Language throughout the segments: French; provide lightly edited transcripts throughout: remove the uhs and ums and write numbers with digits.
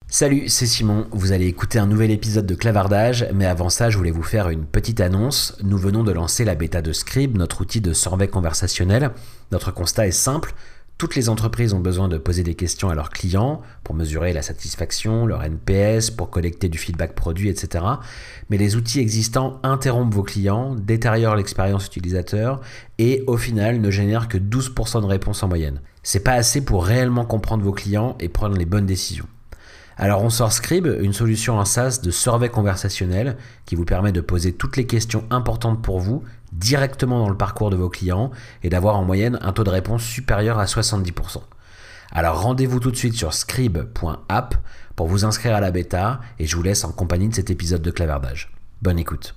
Salut, c'est Simon. Vous allez écouter un nouvel épisode de Clavardage, mais avant ça, je voulais vous faire une petite annonce. Nous venons de lancer la bêta de Scribe, notre outil de survey conversationnel. Notre constat est simple. Toutes les entreprises ont besoin de poser des questions à leurs clients pour mesurer la satisfaction, leur NPS, pour collecter du feedback produit, etc. Mais les outils existants interrompent vos clients, détériorent l'expérience utilisateur et au final ne génèrent que 12% de réponses en moyenne. C'est pas assez pour réellement comprendre vos clients et prendre les bonnes décisions. Alors on sort Scribe, une solution en SaaS de survey conversationnel qui vous permet de poser toutes les questions importantes pour vous directement dans le parcours de vos clients et d'avoir en moyenne un taux de réponse supérieur à 70%. Alors rendez-vous tout de suite sur scribe.app pour vous inscrire à la bêta et je vous laisse en compagnie de cet épisode de Clavardage. Bonne écoute.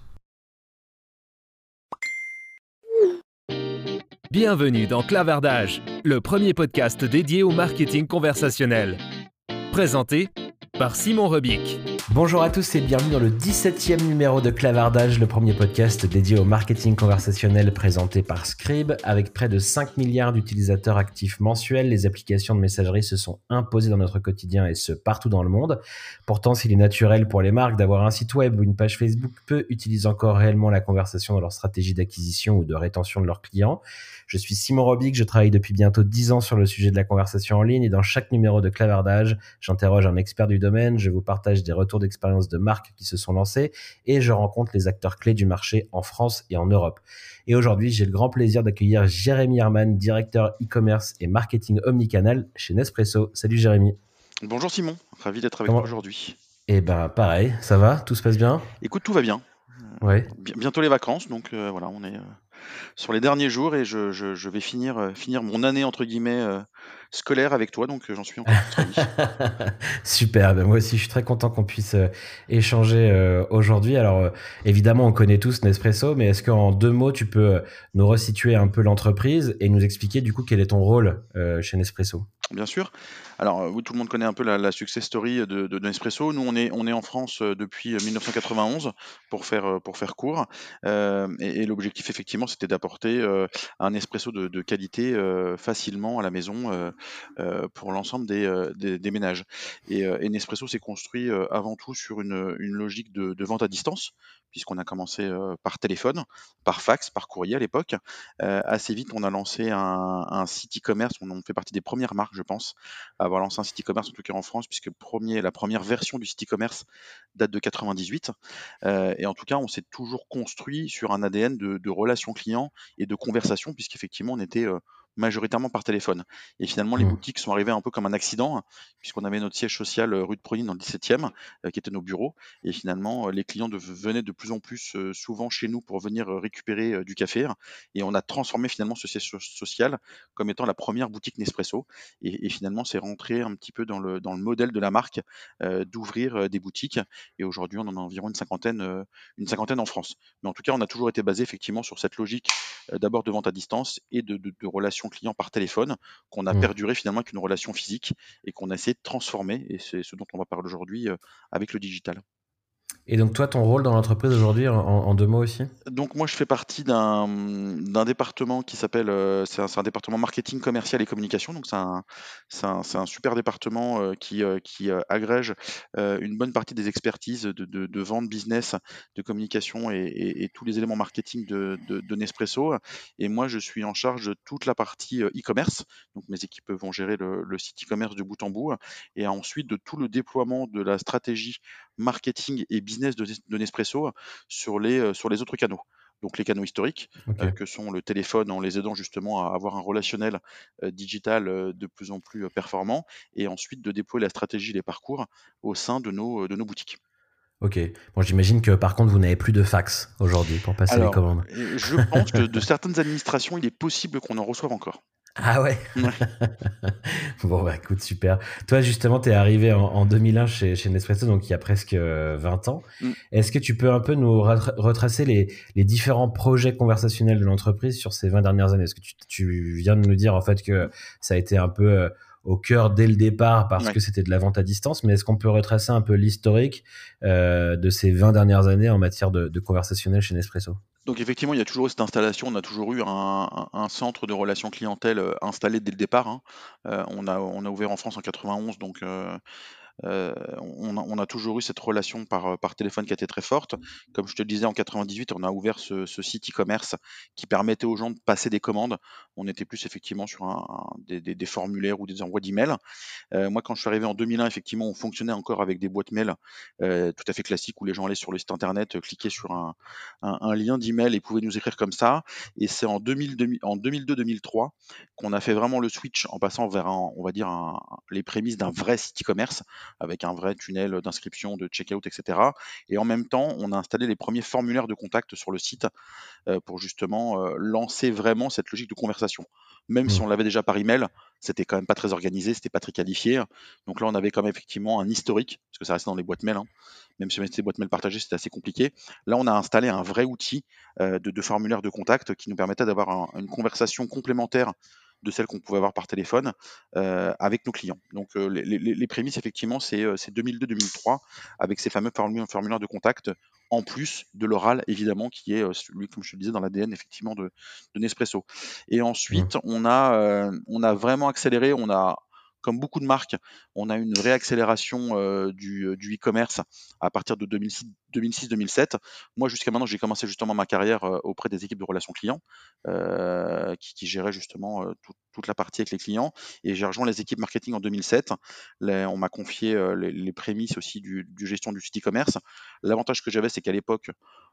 Bienvenue dans Clavardage, le premier podcast dédié au marketing conversationnel. Présenté par Simon Robic. Bonjour à tous et bienvenue dans le 17e numéro de Clavardage, le premier podcast dédié au marketing conversationnel présenté par Scribe. Avec près de 5 milliards d'utilisateurs actifs mensuels, les applications de messagerie se sont imposées dans notre quotidien et ce partout dans le monde. Pourtant, s'il est naturel pour les marques d'avoir un site web ou une page Facebook, peu utilisent encore réellement la conversation dans leur stratégie d'acquisition ou de rétention de leurs clients. Je suis Simon Robic, je travaille depuis bientôt 10 ans sur le sujet de la conversation en ligne et dans chaque numéro de Clavardage, j'interroge un expert du domaine, je vous partage des retours d'expérience de marques qui se sont lancées et je rencontre les acteurs clés du marché en France et en Europe. Et aujourd'hui, j'ai le grand plaisir d'accueillir Jérémy Herman, directeur e-commerce et marketing omnicanal chez Nespresso. Salut Jérémy. Bonjour Simon, ravi d'être avec toi Comment... aujourd'hui. Eh ben pareil, ça va? Tout se passe bien? Écoute, tout va bien. Ouais. Bientôt les vacances, donc voilà, on est sur les derniers jours et je vais finir mon année entre guillemets scolaire avec toi, donc j'en suis encore plus ravi. Super, ben moi aussi je suis très content qu'on puisse échanger aujourd'hui. Alors évidemment on connaît tous Nespresso, mais est-ce qu'en 2 mots tu peux nous resituer un peu l'entreprise et nous expliquer du coup quel est ton rôle chez Nespresso? Bien sûr. Alors, oui, tout le monde connaît un peu la success story de Nespresso. Nous, on est en France depuis 1991, pour faire court. Et l'objectif, effectivement, c'était d'apporter un espresso de qualité facilement à la maison pour l'ensemble des ménages. Et Nespresso s'est construit avant tout sur une logique de vente à distance, puisqu'on a commencé par téléphone, par fax, par courrier à l'époque. Assez vite, on a lancé un site e-commerce. On fait partie des premières marques, je pense, à avoir lancé un site e-commerce, en tout cas en France, puisque la première version du site e-commerce date de 98. Et en tout cas, on s'est toujours construit sur un ADN de relations clients et de conversation, puisqu'effectivement, on était majoritairement par téléphone. Et finalement, les Hmm. boutiques sont arrivées un peu comme un accident, hein, puisqu'on avait notre siège social rue de Prony dans le 17e, qui était nos bureaux. Et finalement, les clients venaient de plus en plus souvent chez nous pour venir récupérer du café. Et on a transformé finalement ce siège social comme étant la première boutique Nespresso. Et finalement, c'est rentré un petit peu dans le modèle de la marque d'ouvrir des boutiques. Et aujourd'hui, on en a environ une cinquantaine en France. Mais en tout cas, on a toujours été basé effectivement sur cette logique d'abord de vente à distance et de relation client par téléphone, qu'on a Hmm. perduré finalement avec une relation physique et qu'on a essayé de transformer. Et c'est ce dont on va parler aujourd'hui avec le digital. Et donc toi ton rôle dans l'entreprise aujourd'hui en 2 mots aussi? Donc moi, je fais partie d'un département qui s'appelle, c'est un département marketing commercial et communication. Donc c'est un super département, qui agrège, une bonne partie des expertises de vente business, de communication et tous les éléments marketing de Nespresso. Et moi, je suis en charge de toute la partie, e-commerce. Donc mes équipes vont gérer le site e-commerce de bout en bout et ensuite de tout le déploiement de la stratégie marketing et business de Nespresso sur les autres canaux. Donc les canaux historiques, Ok. que sont le téléphone, en les aidant justement à avoir un relationnel, digital, de plus en plus, performant et ensuite de déployer la stratégie, les parcours au sein de nos boutiques. Ok. Bon j'imagine que par contre vous n'avez plus de fax aujourd'hui pour passer les Alors, commandes. je pense que de certaines administrations, il est possible qu'on en reçoive encore. Ah ouais? Ouais. Bon, bah écoute, super. Toi, justement, tu es arrivé en 2001 chez Nespresso, donc il y a presque 20 ans. Mmh. Est-ce que tu peux un peu nous retracer les différents projets conversationnels de l'entreprise sur ces 20 dernières années? Est-ce que tu viens de nous dire en fait que ça a été un peu au cœur dès le départ parce Ouais. que c'était de la vente à distance, mais est-ce qu'on peut retracer un peu l'historique de ces 20 dernières années en matière de conversationnel chez Nespresso? Donc effectivement, il y a toujours eu cette installation, on a toujours eu un centre de relations clientèle, installé dès le départ, hein. On a ouvert en France en 91, donc On a toujours eu cette relation par téléphone qui a été très forte. Comme je te le disais, en 98, on a ouvert ce site e-commerce qui permettait aux gens de passer des commandes. On était plus effectivement sur des formulaires ou des envois d'emails. Moi, quand je suis arrivé en 2001, effectivement, on fonctionnait encore avec des boîtes mail tout à fait classiques où les gens allaient sur le site internet, cliquaient sur un lien d'email et pouvaient nous écrire comme ça. Et c'est en 2002-2003 qu'on a fait vraiment le switch en passant vers on va dire les prémices d'un vrai site e-commerce avec un vrai tunnel d'inscription, de checkout, etc. Et en même temps, on a installé les premiers formulaires de contact sur le site pour justement lancer vraiment cette logique de conversation. Même si Mmh. on l'avait déjà par email, c'était quand même pas très organisé, c'était pas très qualifié. Donc là, on avait quand même effectivement un historique, parce que ça restait dans les boîtes mail, hein. Même si on mettait des boîtes mail partagées, c'était assez compliqué. Là, on a installé un vrai outil de formulaire de contact qui nous permettait d'avoir une conversation complémentaire de celle qu'on pouvait avoir par téléphone avec nos clients. Donc les prémices, effectivement, c'est 2002-2003 avec ces fameux formulaires de contact en plus de l'oral, évidemment, qui est celui, comme je te le disais, dans l'ADN, effectivement, de Nespresso. Et Mmh. ensuite, on a vraiment accéléré, comme beaucoup de marques, on a une réaccélération du e-commerce à partir de 2006-2007. Moi, jusqu'à maintenant, j'ai commencé justement ma carrière auprès des équipes de relations clients qui géraient justement toute la partie avec les clients. Et j'ai rejoint les équipes marketing en 2007. On m'a confié les prémices aussi du gestion du site e-commerce. L'avantage que j'avais, c'est qu'à l'époque,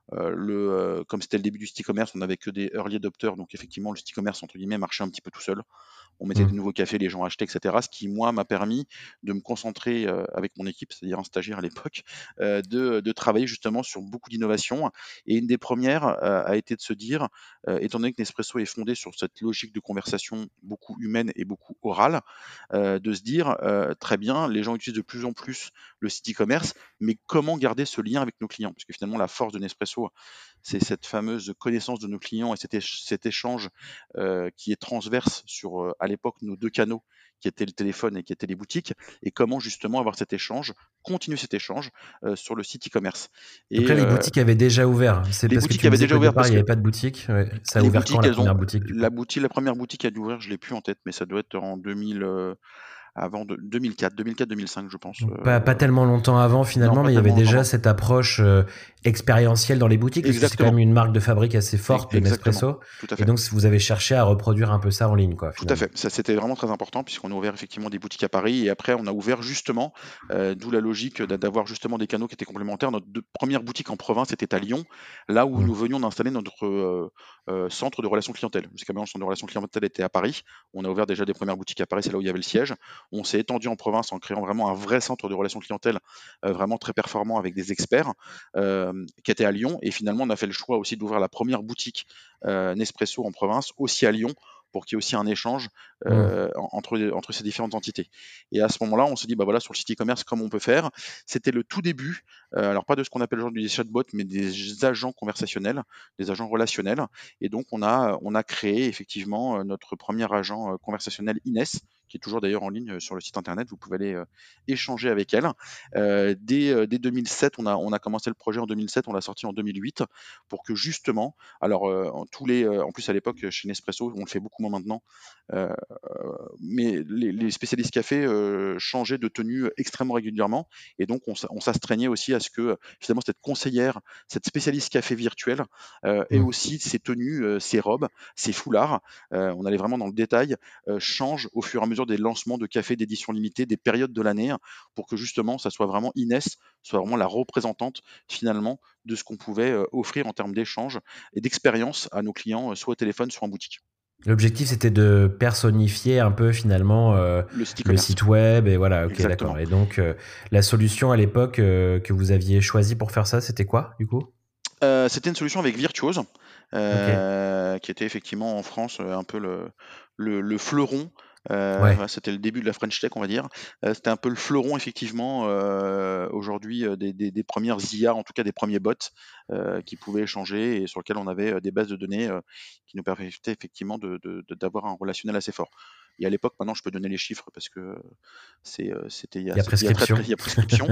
comme c'était le début du site e-commerce, on n'avait que des early adopters, donc effectivement, le site e-commerce, entre guillemets, marchait un petit peu tout seul. On mettait des Mmh. nouveaux cafés, les gens achetaient, etc. Ce qui, moi, m'a permis de me concentrer avec mon équipe, c'est-à-dire un stagiaire à l'époque, de travailler justement sur beaucoup d'innovations. Et une des premières a été de se dire, étant donné que Nespresso est fondé sur cette logique de conversation beaucoup humaine et beaucoup orale, de se dire, très bien, les gens utilisent de plus en plus le site e-commerce, mais comment garder ce lien avec nos clients? Parce que finalement, la force de Nespresso, c'est cette fameuse connaissance de nos clients et cet échange qui est transverse sur, à l'époque, nos deux canaux, qui étaient le téléphone et qui étaient les boutiques, et comment justement avoir cet échange, continuer cet échange sur le site e-commerce. Donc Et là, les boutiques avaient déjà ouvert. C'est les parce que boutiques tu me avaient disais déjà qu'au ouvert départ, parce il n'y que avait pas de boutique. Ouais. Ça a les ouvert quand boutiques, la première boutique, du coup? la première boutique qui a dû ouvrir, je l'ai plus en tête, mais ça doit être en 2000, avant 2004-2005, je pense. Donc pas tellement longtemps avant Non, finalement, pas mais il y avait tellement longtemps, déjà non. cette approche expérientielle dans les boutiques, parce que c'est quand Exactement, même une marque de fabrique assez forte de exactement, Nespresso. tout à Et fait. donc vous avez cherché à reproduire un peu ça en ligne, quoi, Tout à finalement. fait. Ça, c'était vraiment très important puisqu'on a ouvert effectivement des boutiques à Paris et après on a ouvert justement, d'où la logique d'avoir justement des canaux qui étaient complémentaires. Notre première boutique en province était à Lyon, là où Mmh. nous venions d'installer notre centre de relations clientèle. Jusqu'à maintenant, le centre de relations clientèle était à Paris. On a ouvert déjà des premières boutiques à Paris, c'est là où il y avait le siège. On s'est étendu en province en créant vraiment un vrai centre de relations clientèle, vraiment très performant avec des experts, qui était à Lyon. Et finalement, on a fait le choix aussi d'ouvrir la première boutique Nespresso en province, aussi à Lyon, pour qu'il y ait aussi un échange Mmh. entre ces différentes entités. Et à ce moment-là, on s'est dit, bah voilà, sur le site e-commerce, comment on peut faire? C'était le tout début, alors pas de ce qu'on appelle aujourd'hui des chatbots, mais des agents conversationnels, des agents relationnels. Et donc, on a créé effectivement notre premier agent conversationnel Inès, qui est toujours d'ailleurs en ligne sur le site internet. Vous pouvez aller échanger avec elle. Dès 2007, on a commencé le projet en 2007, on l'a sorti en 2008, pour que justement, alors en plus à l'époque chez Nespresso, on le fait beaucoup moins maintenant, euh, mais les spécialistes café changeaient de tenue extrêmement régulièrement, et donc on s'astreignait aussi à ce que finalement cette conseillère, cette spécialiste café virtuelle, ait Mmh. aussi ses tenues, ses robes, ses foulards. On allait vraiment dans le détail, changent au fur et à mesure des lancements de café d'édition limitée, des périodes de l'année, hein, pour que justement ça soit vraiment Inès, soit vraiment la représentante finalement de ce qu'on pouvait offrir en termes d'échange et d'expérience à nos clients, soit au téléphone, soit en boutique. L'objectif, c'était de personnifier un peu finalement Le site le e-commerce, site web. Et voilà, ok, d'accord. exactement. Et donc, la solution à l'époque que vous aviez choisie pour faire ça, c'était quoi, du coup? C'était une solution avec Virtuose, Ok. qui était effectivement en France, un peu le fleuron, Ouais. voilà, c'était le début de la French Tech, on va dire. C'était un peu le fleuron effectivement, aujourd'hui, des premières IA, en tout cas des premiers bots, qui pouvaient échanger et sur lesquels on avait, des bases de données, qui nous permettaient effectivement d'avoir un relationnel assez fort. Et à l'époque, maintenant je peux donner les chiffres parce que c'était Il y a prescription. il y a prescription.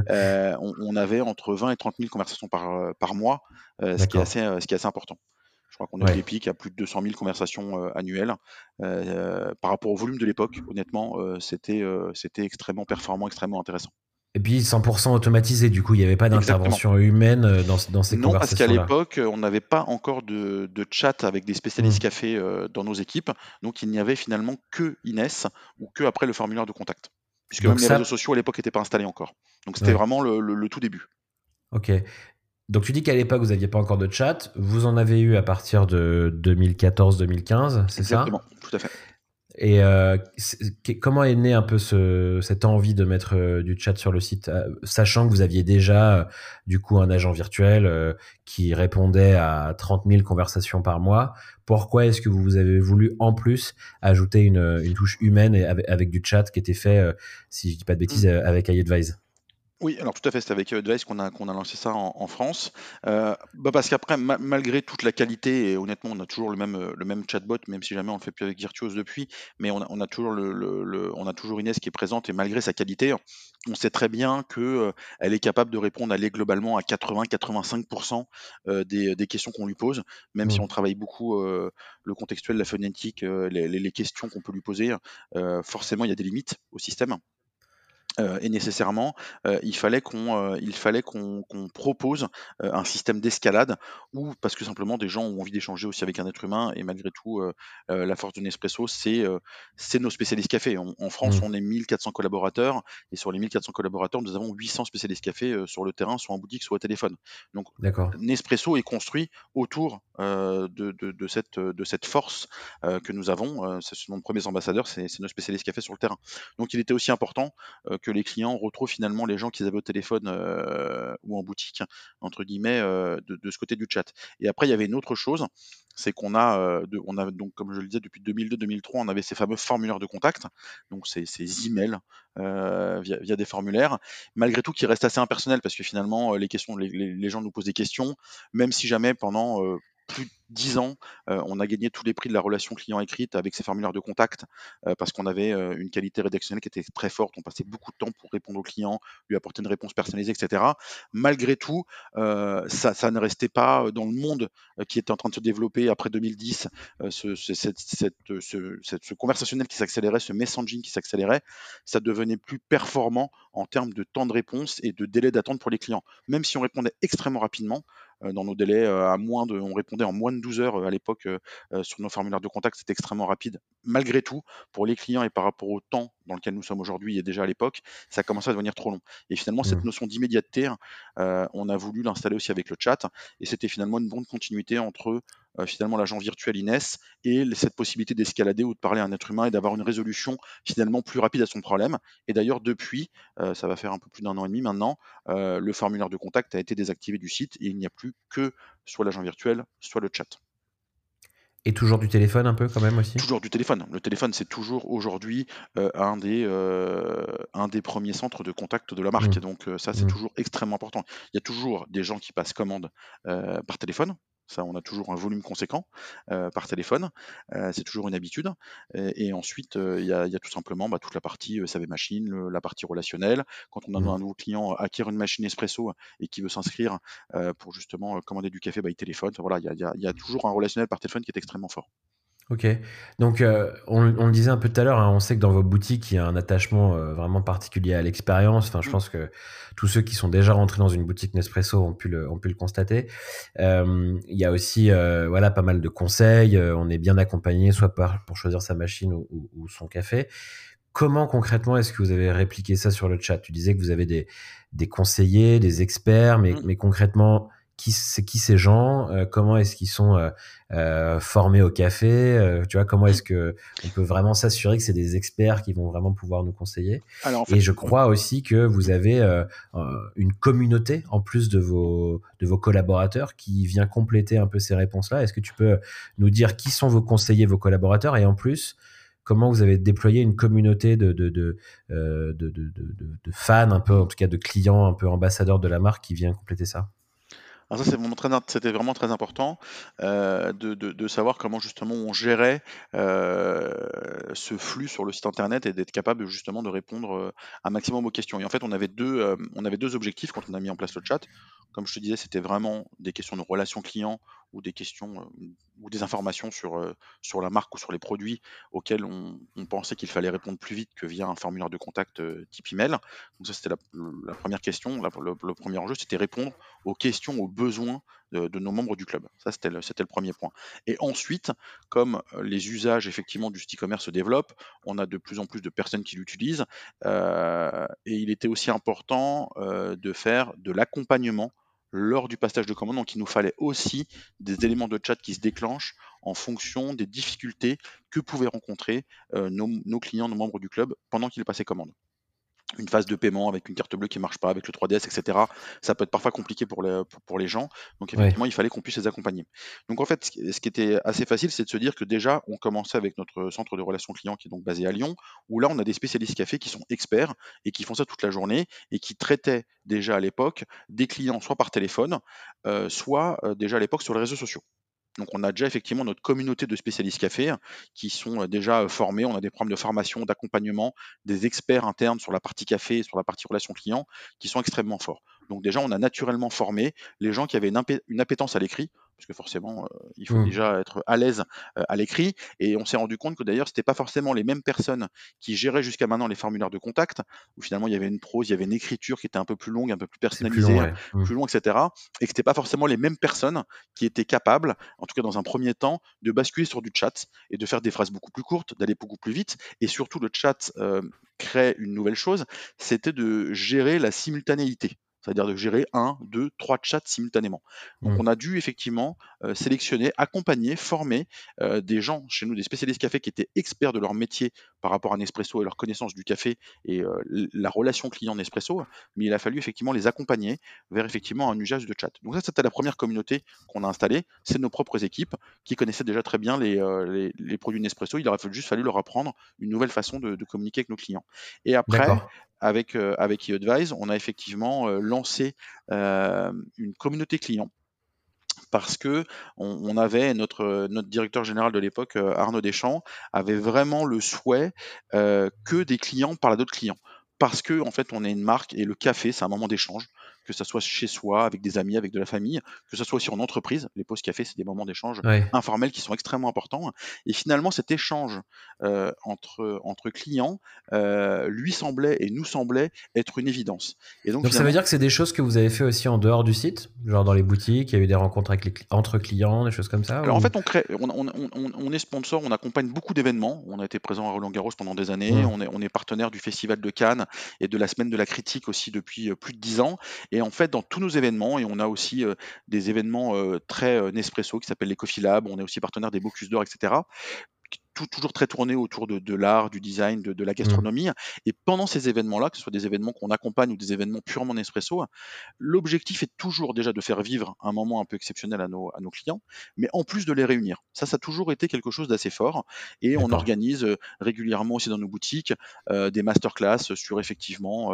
On avait entre 20 et 30 000 conversations par mois, D'accord. ce qui est assez important. Je crois qu'on a eu Ouais. des pics à plus de 200 000 conversations annuelles. Par rapport au volume de l'époque, honnêtement, c'était extrêmement performant, extrêmement intéressant. Et puis 100% automatisé, du coup, il n'y avait pas Exactement. d'intervention humaine dans ces Non, parce qu'à conversations-là. l'époque, on n'avait pas encore de chat avec des spécialistes Hmm. café dans nos équipes, donc il n'y avait finalement que Inès ou que après le formulaire de contact, puisque même Donc les réseaux ça, sociaux à l'époque n'étaient pas installés encore. Donc c'était ouais, vraiment le tout début. ok. Donc tu dis qu'à l'époque, vous n'aviez pas encore de chat, vous en avez eu à partir de 2014-2015, c'est Exactement, ça? tout à fait. Et comment est née un peu cette envie de mettre du chat sur le site, sachant que vous aviez déjà du coup un agent virtuel qui répondait à 30 000 conversations par mois. Pourquoi est-ce que vous avez voulu en plus ajouter une touche humaine et avec du chat qui était fait, si je dis pas de Mm. bêtises, avec iAdvise? Oui, alors tout à fait, c'est avec Advice qu'on a lancé ça en France. Parce qu'après, malgré toute la qualité, et honnêtement, on a toujours le même chatbot, même si jamais on le fait plus avec Virtuose depuis, mais on a toujours on a toujours Inès qui est présente, et malgré sa qualité, on sait très bien que elle est capable de répondre, aller globalement à 80-85% des questions qu'on lui pose, même si Hmm. on travaille beaucoup le contextuel, la phonétique, les questions qu'on peut lui poser. Forcément, il y a des limites au système. Et nécessairement, il fallait qu'on propose, un système d'escalade, ou parce que simplement des gens ont envie d'échanger aussi avec un être humain, et malgré tout, la force de Nespresso, c'est nos spécialistes café. En France, Hmm. on est 1 400 collaborateurs, et sur les 1 400 collaborateurs, nous avons 800 spécialistes café, sur le terrain, soit en boutique, soit au téléphone. Donc D'accord. Nespresso est construit autour, de cette force, que nous avons, ce sont nos premiers ambassadeurs, c'est nos spécialistes café sur le terrain. Donc il était aussi important que les clients retrouvent finalement les gens qu'ils avaient au téléphone ou en boutique, entre guillemets, de ce côté du chat. Et après, il y avait une autre chose, c'est qu'on a donc, comme je le disais, depuis 2002-2003, on avait ces fameux formulaires de contact, donc ces emails via des formulaires, malgré tout qui restent assez impersonnels, parce que finalement, les questions, les gens nous posent des questions, même si jamais pendant plus de 10 ans, on a gagné tous les prix de la relation client écrite avec ces formulaires de contact, parce qu'on avait une qualité rédactionnelle qui était très forte. On passait beaucoup de temps pour répondre aux clients, lui apporter une réponse personnalisée, etc. Malgré tout, ça ne restait pas dans le monde qui était en train de se développer après 2010, ce conversationnel qui s'accélérait, ce messaging qui s'accélérait, ça devenait plus performant en termes de temps de réponse et de délai d'attente pour les clients. Même si on répondait extrêmement rapidement, dans nos délais, on répondait en moins de 12 heures à l'époque sur nos formulaires de contact, c'était extrêmement rapide. Malgré tout, pour les clients et par rapport au temps dans lequel nous sommes aujourd'hui et déjà à l'époque, ça commençait à devenir trop long. Et finalement, cette Hmm. notion d'immédiateté, on a voulu l'installer aussi avec le chat, et c'était finalement une bonne continuité entre finalement l'agent virtuel Inès et cette possibilité d'escalader ou de parler à un être humain et d'avoir une résolution finalement plus rapide à son problème. Et d'ailleurs, depuis, ça va faire un peu plus d'1 an et demi maintenant, le formulaire de contact a été désactivé du site, et il n'y a plus que soit l'agent virtuel, soit le chat. Et toujours du téléphone un peu quand même aussi? Toujours du téléphone. Le téléphone, c'est toujours aujourd'hui un des premiers centres de contact de la marque. Hmm. Donc ça, c'est Hmm. toujours extrêmement important. Il y a toujours des gens qui passent commande par téléphone. Ça, on a toujours un volume conséquent par téléphone. C'est toujours une habitude. Et ensuite, il y a tout simplement toute la partie SAV machine, la partie relationnelle. Quand on a Hmm. un nouveau client acquiert une machine Espresso et qui veut s'inscrire pour justement commander du café, il téléphone. Enfin, voilà, il y a toujours un relationnel par téléphone qui est extrêmement fort. Ok, donc on le disait un peu tout à l'heure, hein, on sait que dans vos boutiques, il y a un attachement vraiment particulier à l'expérience. Enfin, je Mm. pense que tous ceux qui sont déjà rentrés dans une boutique Nespresso ont pu le constater. Il y a aussi voilà, pas mal de conseils, on est bien accompagné, soit pour choisir sa machine ou son café. Comment concrètement est-ce que vous avez répliqué ça sur le chat? Tu disais que vous avez des conseillers, des experts, mais, Mm. mais concrètement, c'est qui ces gens? Comment est-ce qu'ils sont formés au café? Tu vois, comment Mm. est-ce que on peut vraiment s'assurer que c'est des experts qui vont vraiment pouvoir nous conseiller? Alors en Et fait, je ouais. crois aussi que vous Mmh. avez une communauté en plus de vos collaborateurs qui vient compléter un peu ces réponses-là. Est-ce que tu peux nous dire qui sont vos conseillers, vos collaborateurs, et en plus comment vous avez déployé une communauté de fans, un peu, en tout cas de clients, un peu ambassadeurs de la marque qui vient compléter ça? Alors ça, c'était vraiment très important, de savoir comment justement on gérait, ce flux sur le site internet, et d'être capable justement de répondre, un maximum aux questions. Et en fait, on avait 2 objectifs quand on a mis en place le chat. Comme je te disais, c'était vraiment des questions de relations clients, ou des questions ou des informations sur la marque ou sur les produits auxquels on pensait qu'il fallait répondre plus vite que via un formulaire de contact type email. Donc ça, c'était la première question, le premier enjeu, c'était répondre aux questions, aux besoins de nos membres du club. Ça, c'était le premier point. Et ensuite, comme les usages effectivement du site e-commerce se développent, on a de plus en plus de personnes qui l'utilisent, et il était aussi important de faire de l'accompagnement lors du passage de commande. Donc il nous fallait aussi des éléments de chat qui se déclenchent en fonction des difficultés que pouvaient rencontrer nos clients, nos membres du club pendant qu'ils passaient commande. Une phase de paiement avec une carte bleue qui marche pas, avec le 3DS, et cetera. Ça peut être parfois compliqué pour les gens. Donc Ouais. effectivement, il fallait qu'on puisse les accompagner. Donc en fait, ce qui était assez facile, c'est de se dire que déjà, on commençait avec notre centre de relations clients qui est donc basé à Lyon, où là, on a des spécialistes café qui sont experts et qui font ça toute la journée et qui traitaient déjà à l'époque des clients soit par téléphone, soit déjà à l'époque sur les réseaux sociaux. Donc on a déjà effectivement notre communauté de spécialistes café qui sont déjà formés. On a des programmes de formation, d'accompagnement, des experts internes sur la partie café, sur la partie relations clients qui sont extrêmement forts. Donc déjà, on a naturellement formé les gens qui avaient une appétence à l'écrit, parce que forcément, il faut Mm. déjà être à l'aise à l'écrit. Et on s'est rendu compte que d'ailleurs, c'était pas forcément les mêmes personnes qui géraient jusqu'à maintenant les formulaires de contact, où finalement il y avait une prose, il y avait une écriture qui était un peu plus longue, un peu plus C'est plus long, personnalisée, ouais. Mm. plus long, etc. Et que c'était pas forcément les mêmes personnes qui étaient capables, en tout cas dans un premier temps, de basculer sur du chat et de faire des phrases beaucoup plus courtes, d'aller beaucoup plus vite. Et surtout, le chat crée une nouvelle chose, c'était de gérer la simultanéité. C'est-à-dire de gérer un, deux, trois chats simultanément. Donc Mm. on a dû effectivement sélectionner, accompagner, former des gens chez nous, des spécialistes café qui étaient experts de leur métier par rapport à Nespresso et leur connaissance du café et la relation client Nespresso, mais il a fallu effectivement les accompagner vers effectivement un usage de chat. Donc ça, c'était la première communauté qu'on a installée, c'est nos propres équipes qui connaissaient déjà très bien les produits Nespresso. Il aurait juste fallu leur apprendre une nouvelle façon de communiquer avec nos clients. Et après, D'accord. avec eAdvise, on a effectivement lancé une communauté client parce que on avait notre directeur général de l'époque, Arnaud Deschamps, avait vraiment le souhait que des clients parlent à d'autres clients. Parce que en fait, on est une marque et le café, c'est un moment d'échange, que ça soit chez soi, avec des amis, avec de la famille, que ça soit aussi en entreprise. Les pauses café, c'est des moments d'échange Ouais. informels qui sont extrêmement importants. Et finalement, cet échange entre clients lui semblait et nous semblait être une évidence. Et donc Donc ça veut finalement, dire que c'est des choses que vous avez fait aussi en dehors du site, genre dans les boutiques, il y a eu des rencontres avec entre clients, des choses comme ça alors en ou... fait, on est sponsor, on accompagne beaucoup d'événements. On a été présent à Roland-Garros pendant des années. Mm. On est partenaire du Festival de Cannes et de la Semaine de la Critique aussi depuis plus de 10 ans. Et en fait, dans tous nos événements, et on a aussi des événements très Nespresso qui s'appellent les Coffee Lab. On est aussi partenaire des Bocuse d'Or, etc. Toujours très tourné autour de l'art, du design, de la Mm. gastronomie. Et pendant ces événements-là, que ce soit des événements qu'on accompagne ou des événements purement Nespresso, l'objectif est toujours déjà de faire vivre un moment un peu exceptionnel à nos clients, mais en plus de les réunir. Ça a toujours été quelque chose d'assez fort. Et on D'accord. organise régulièrement aussi dans nos boutiques des masterclass sur effectivement,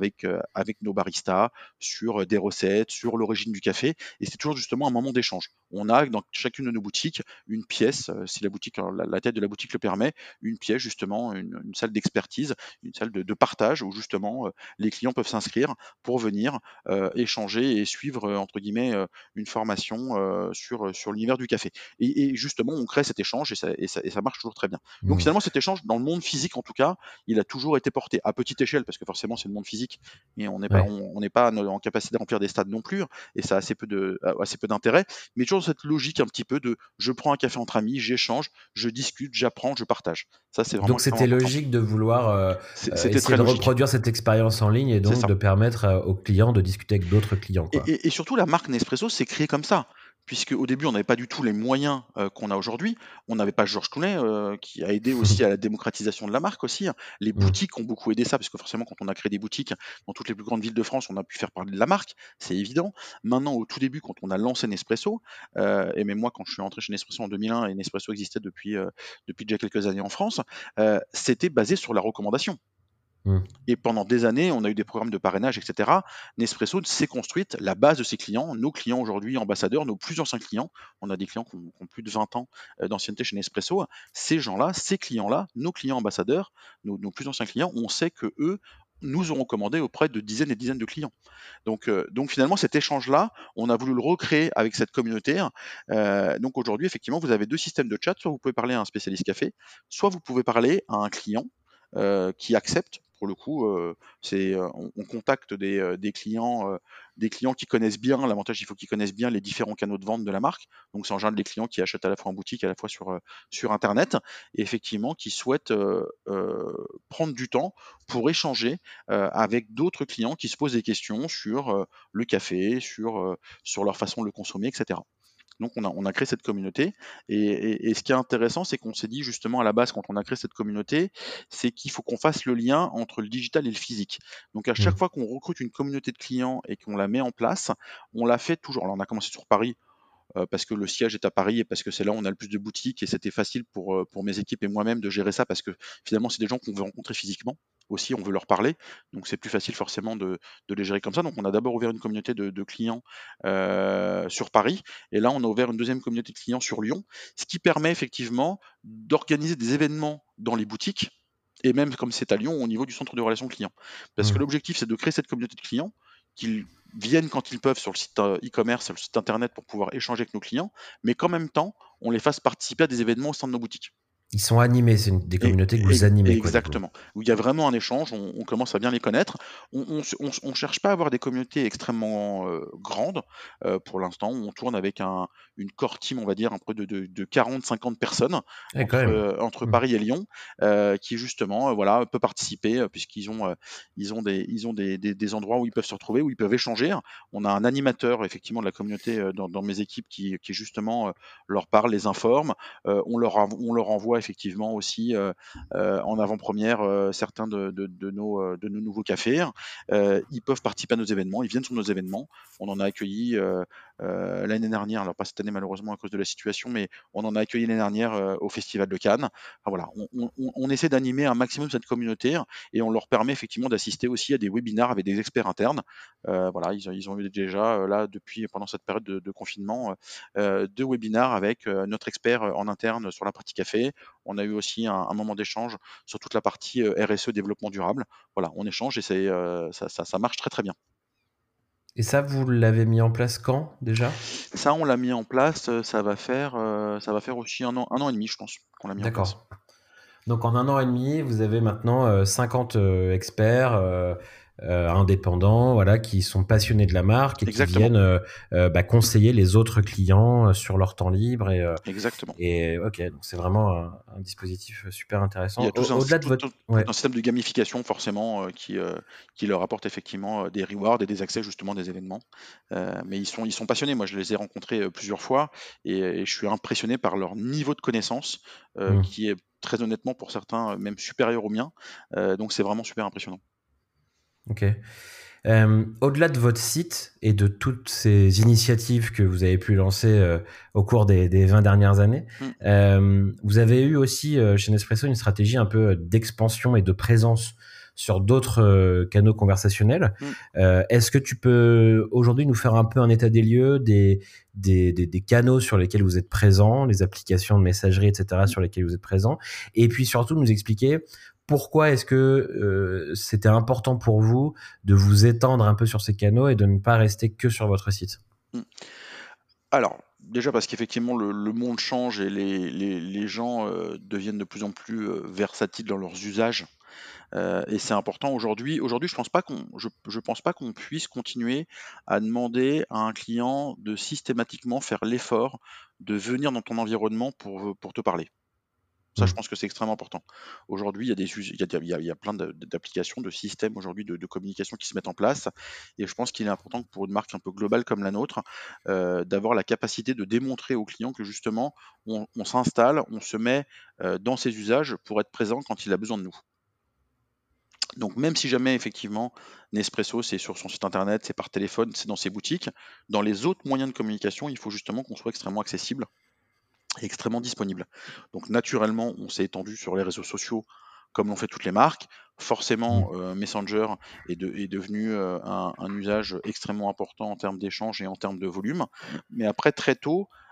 avec nos baristas, sur des recettes, sur l'origine du café. Et c'est toujours justement un moment d'échange. On a dans chacune de nos boutiques une pièce, si la boutique, la tête de la boutique le permet, une pièce justement, une salle d'expertise, une salle de partage où justement les clients peuvent s'inscrire pour venir échanger et suivre entre guillemets une formation sur l'univers du café. Et justement, on crée cet échange et ça marche toujours très bien. Donc Mm. finalement, cet échange dans le monde physique en tout cas, il a toujours été porté à petite échelle parce que forcément c'est le monde physique et Ouais. on n'est pas en capacité de remplir des stades non plus et ça a assez peu d'intérêt, mais toujours cette logique un petit peu de je prends un café entre amis, j'échange, je discute, j'apprends, je partage. Ça, c'est vraiment Donc extrêmement c'était important. logique de vouloir C'était essayer très de logique. reproduire cette expérience en ligne et C'est donc ça. de permettre aux clients de discuter avec d'autres clients, Et, quoi. et surtout, la marque Nespresso s'est créée comme ça. Puisque au début, on n'avait pas du tout les moyens qu'on a aujourd'hui. On n'avait pas Georges Tounet qui a aidé aussi à la démocratisation de la marque aussi, hein. Les Mm. boutiques ont beaucoup aidé ça, parce que forcément, quand on a créé des boutiques dans toutes les plus grandes villes de France, on a pu faire parler de la marque, c'est évident. Maintenant, au tout début, quand on a lancé Nespresso, et même moi, quand je suis entré chez Nespresso en 2001, et Nespresso existait depuis déjà quelques années en France, c'était basé sur la recommandation. Mm. Et pendant des années, on a eu des programmes de parrainage, etc. Nespresso s'est construite la base de ses clients, nos clients aujourd'hui ambassadeurs, nos plus anciens clients. On a des clients qui ont plus de 20 ans d'ancienneté chez Nespresso. Ces gens-là, ces clients-là, nos clients ambassadeurs, nos plus anciens clients, on sait que eux nous aurons commandé auprès de dizaines et dizaines de clients. Donc finalement, cet échange-là, on a voulu le recréer avec cette communauté. Donc aujourd'hui, effectivement, vous avez deux systèmes de chat. Soit vous pouvez parler à un spécialiste café, soit vous pouvez parler à un client qui accepte. Pour le coup, on contacte des clients qui connaissent bien. L'avantage, il faut qu'ils connaissent bien les différents canaux de vente de la marque. Donc c'est en général des clients qui achètent à la fois en boutique, à la fois sur Internet, et effectivement qui souhaitent prendre du temps pour échanger avec d'autres clients qui se posent des questions sur le café, sur leur façon de le consommer, etc. Donc on a créé cette communauté et ce qui est intéressant, c'est qu'on s'est dit justement à la base quand on a créé cette communauté, c'est qu'il faut qu'on fasse le lien entre le digital et le physique. Donc à chaque Mm. fois qu'on recrute une communauté de clients et qu'on la met en place, on l'a fait toujours. Alors on a commencé sur Paris, parce que le siège est à Paris et parce que c'est là où on a le plus de boutiques et c'était facile pour mes équipes et moi-même de gérer ça parce que finalement, c'est des gens qu'on veut rencontrer physiquement aussi, on veut leur parler. Donc c'est plus facile forcément de les gérer comme ça. Donc on a d'abord ouvert une communauté de clients sur Paris et là on a ouvert une deuxième communauté de clients sur Lyon, ce qui permet effectivement d'organiser des événements dans les boutiques et même comme c'est à Lyon au niveau du centre de relations clients. Parce que Mm. l'objectif c'est de créer cette communauté de clients qu'ils viennent quand ils peuvent sur le site e-commerce, sur le site internet pour pouvoir échanger avec nos clients, mais qu'en même temps, on les fasse participer à des événements au sein de nos boutiques. Ils sont animés, c'est des Et, communautés que vous animez, quoi, du coup. exactement. Où il y a vraiment un échange, on commence à bien les connaître. On cherche pas à avoir des communautés extrêmement grandes. Pour l'instant, on tourne avec une core team, on va dire, un peu de 40-50 personnes Ouais, quand même. entre Mm. Paris et Lyon, qui justement, voilà, peut participer puisqu'ils ont, ils ont des endroits où ils peuvent se retrouver, où ils peuvent échanger. On a un animateur effectivement de la communauté dans mes équipes qui justement leur parle, les informe. On leur envoie effectivement aussi en avant-première certains de nos nouveaux cafés. Ils peuvent participer à nos événements, ils viennent sur nos événements. On en a accueilli l'année dernière, alors pas cette année malheureusement à cause de la situation, mais on en a accueilli l'année dernière au Festival de Cannes. Enfin, voilà, on essaie d'animer un maximum cette communauté et on leur permet effectivement d'assister aussi à des webinars avec des experts internes. Voilà, ils ont eu déjà là depuis pendant cette période de confinement 2 webinars avec notre expert en interne sur la partie café. On a eu aussi un moment d'échange sur toute la partie RSE, développement durable. Voilà, on échange et ça marche très très bien. Et ça, vous l'avez mis en place quand, déjà? Ça, on l'a mis en place, ça va faire aussi un an et demi, je pense, qu'on l'a mis en place. D'accord. Donc en un an et demi, vous avez maintenant 50 experts indépendants, voilà, qui sont passionnés de la marque et qui Exactement, viennent conseiller les autres clients sur leur temps libre. exactement. Et ok, donc c'est vraiment un dispositif super Il y intéressant. a Au-delà de votre... tout Ouais, un système de gamification forcément qui leur apporte effectivement des rewards et des accès justement à des événements. Mais ils sont passionnés. Moi, je les ai rencontrés plusieurs fois et je suis impressionné par leur niveau de connaissance hmm, qui est très honnêtement pour certains même supérieur au mien. Donc c'est vraiment super impressionnant. ok. Au-delà de votre site et de toutes ces initiatives que vous avez pu lancer au cours des 20 dernières années, Mm, vous avez eu aussi chez Nespresso une stratégie un peu d'expansion et de présence sur d'autres canaux conversationnels. mm. Est-ce que tu peux aujourd'hui nous faire un peu un état des lieux des canaux sur lesquels vous êtes présent, les applications de messagerie, etc., sur lesquelles vous êtes présent, et puis surtout nous expliquer pourquoi est-ce que c'était important pour vous de vous étendre un peu sur ces canaux et de ne pas rester que sur votre site? Mm. Alors, déjà parce qu'effectivement le monde change et les gens deviennent de plus en plus versatiles dans leurs usages. Et c'est important aujourd'hui, je pense pas qu'on puisse continuer à demander à un client de systématiquement faire l'effort de venir dans ton environnement pour te parler. Ça, je Hmm. pense que c'est extrêmement important. Aujourd'hui, il y a des us il y a plein d'applications, de systèmes aujourd'hui de communication qui se mettent en place et je pense qu'il est important que pour une marque un peu globale comme la nôtre, d'avoir la capacité de démontrer aux clients que justement on s'installe, on se met, dans ses usages pour être présent quand il a besoin de nous. Donc même si jamais effectivement Nespresso, c'est sur son site internet, c'est par téléphone, c'est dans ses boutiques, dans les autres moyens de communication, il faut justement qu'on soit extrêmement accessible et extrêmement disponible. Donc naturellement, on s'est étendu sur les réseaux sociaux comme l'ont fait toutes les marques. Hmm. Forcément, Messenger est devenu un usage extrêmement important en termes d'échange et en termes de volume. Mais après, très tôt,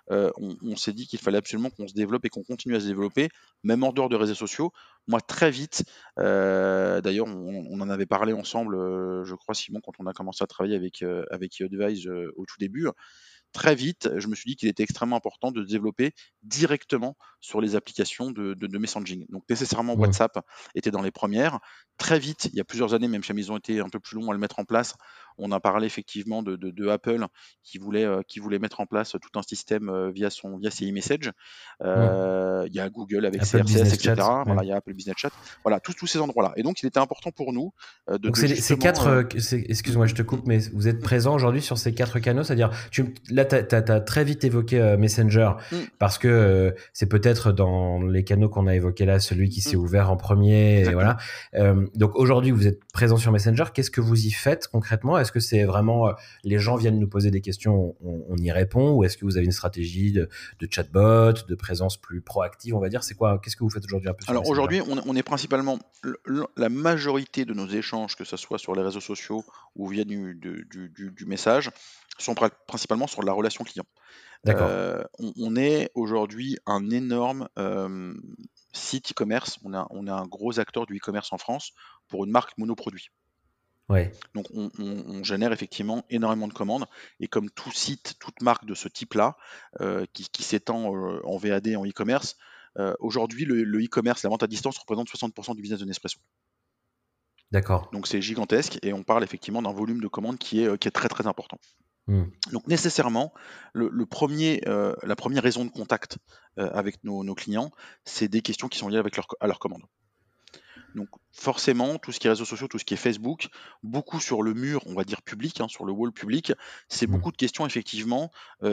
on s'est dit qu'il fallait absolument qu'on se développe et qu'on continue à se développer, même en dehors de réseaux sociaux. Moi, très vite, d'ailleurs, on en avait parlé ensemble, je crois, Simon, quand on a commencé à travailler avec eAdvice, au tout début. Très vite, je me suis dit qu'il était extrêmement important de se développer directement sur les applications de messaging. Donc nécessairement Mmh. WhatsApp était dans les premières. Très vite, il y a plusieurs années, même si ils ont été un peu plus longs à le mettre en place, on a parlé effectivement de Apple qui voulait mettre en place tout un système, via ses e-messages. Mmh. Il y a Google avec ses Apple RCS Business et Chat, cetera. ouais. Voilà, il y a Apple Business Chat. Voilà, tous ces endroits-là et donc il était important pour nous, Donc de c'est justement, quatre, mmh, excuse-moi, je te mmh, coupe, mais vous êtes mmh, présent aujourd'hui sur ces quatre canaux, c'est-à-dire, là, t'as très vite évoqué Messenger, mmh, parce que c'est peut-être dans les canaux qu'on a évoqués là, celui qui s'est mmh, ouvert en premier, et exactement. voilà. Donc aujourd'hui, vous êtes présent sur Messenger, qu'est-ce que vous y faites concrètement? Est-ce que c'est vraiment, les gens viennent nous poser des questions, on y répond, ou est-ce que vous avez une stratégie de chatbot, de présence plus proactive, on va dire? C'est quoi, qu'est-ce que vous faites aujourd'hui un peu sur Alors Messenger? aujourd'hui, on est principalement la majorité de nos échanges, que ce soit sur les réseaux sociaux ou via du message, sont principalement sur la relation client. D'accord. On est aujourd'hui un énorme site e-commerce. On est un gros acteur du e-commerce en France pour une marque monoproduit. Ouais. Donc on génère effectivement énormément de commandes et comme tout site, toute marque de ce type-là, qui s'étend, en VAD, en e-commerce, aujourd'hui le e-commerce, la vente à distance représente 60 du business de Nespresso. D'accord. Donc c'est gigantesque et on parle effectivement d'un volume de commandes qui est très, très important. Hmm. Donc nécessairement, le 1 la première raison de contact, avec nos clients, c'est des questions qui sont liées avec leur commande. Donc forcément, tout ce qui est réseaux sociaux, tout ce qui est Facebook, beaucoup sur le mur, on va dire public, hein, sur le wall public, c'est Hmm. beaucoup de questions effectivement,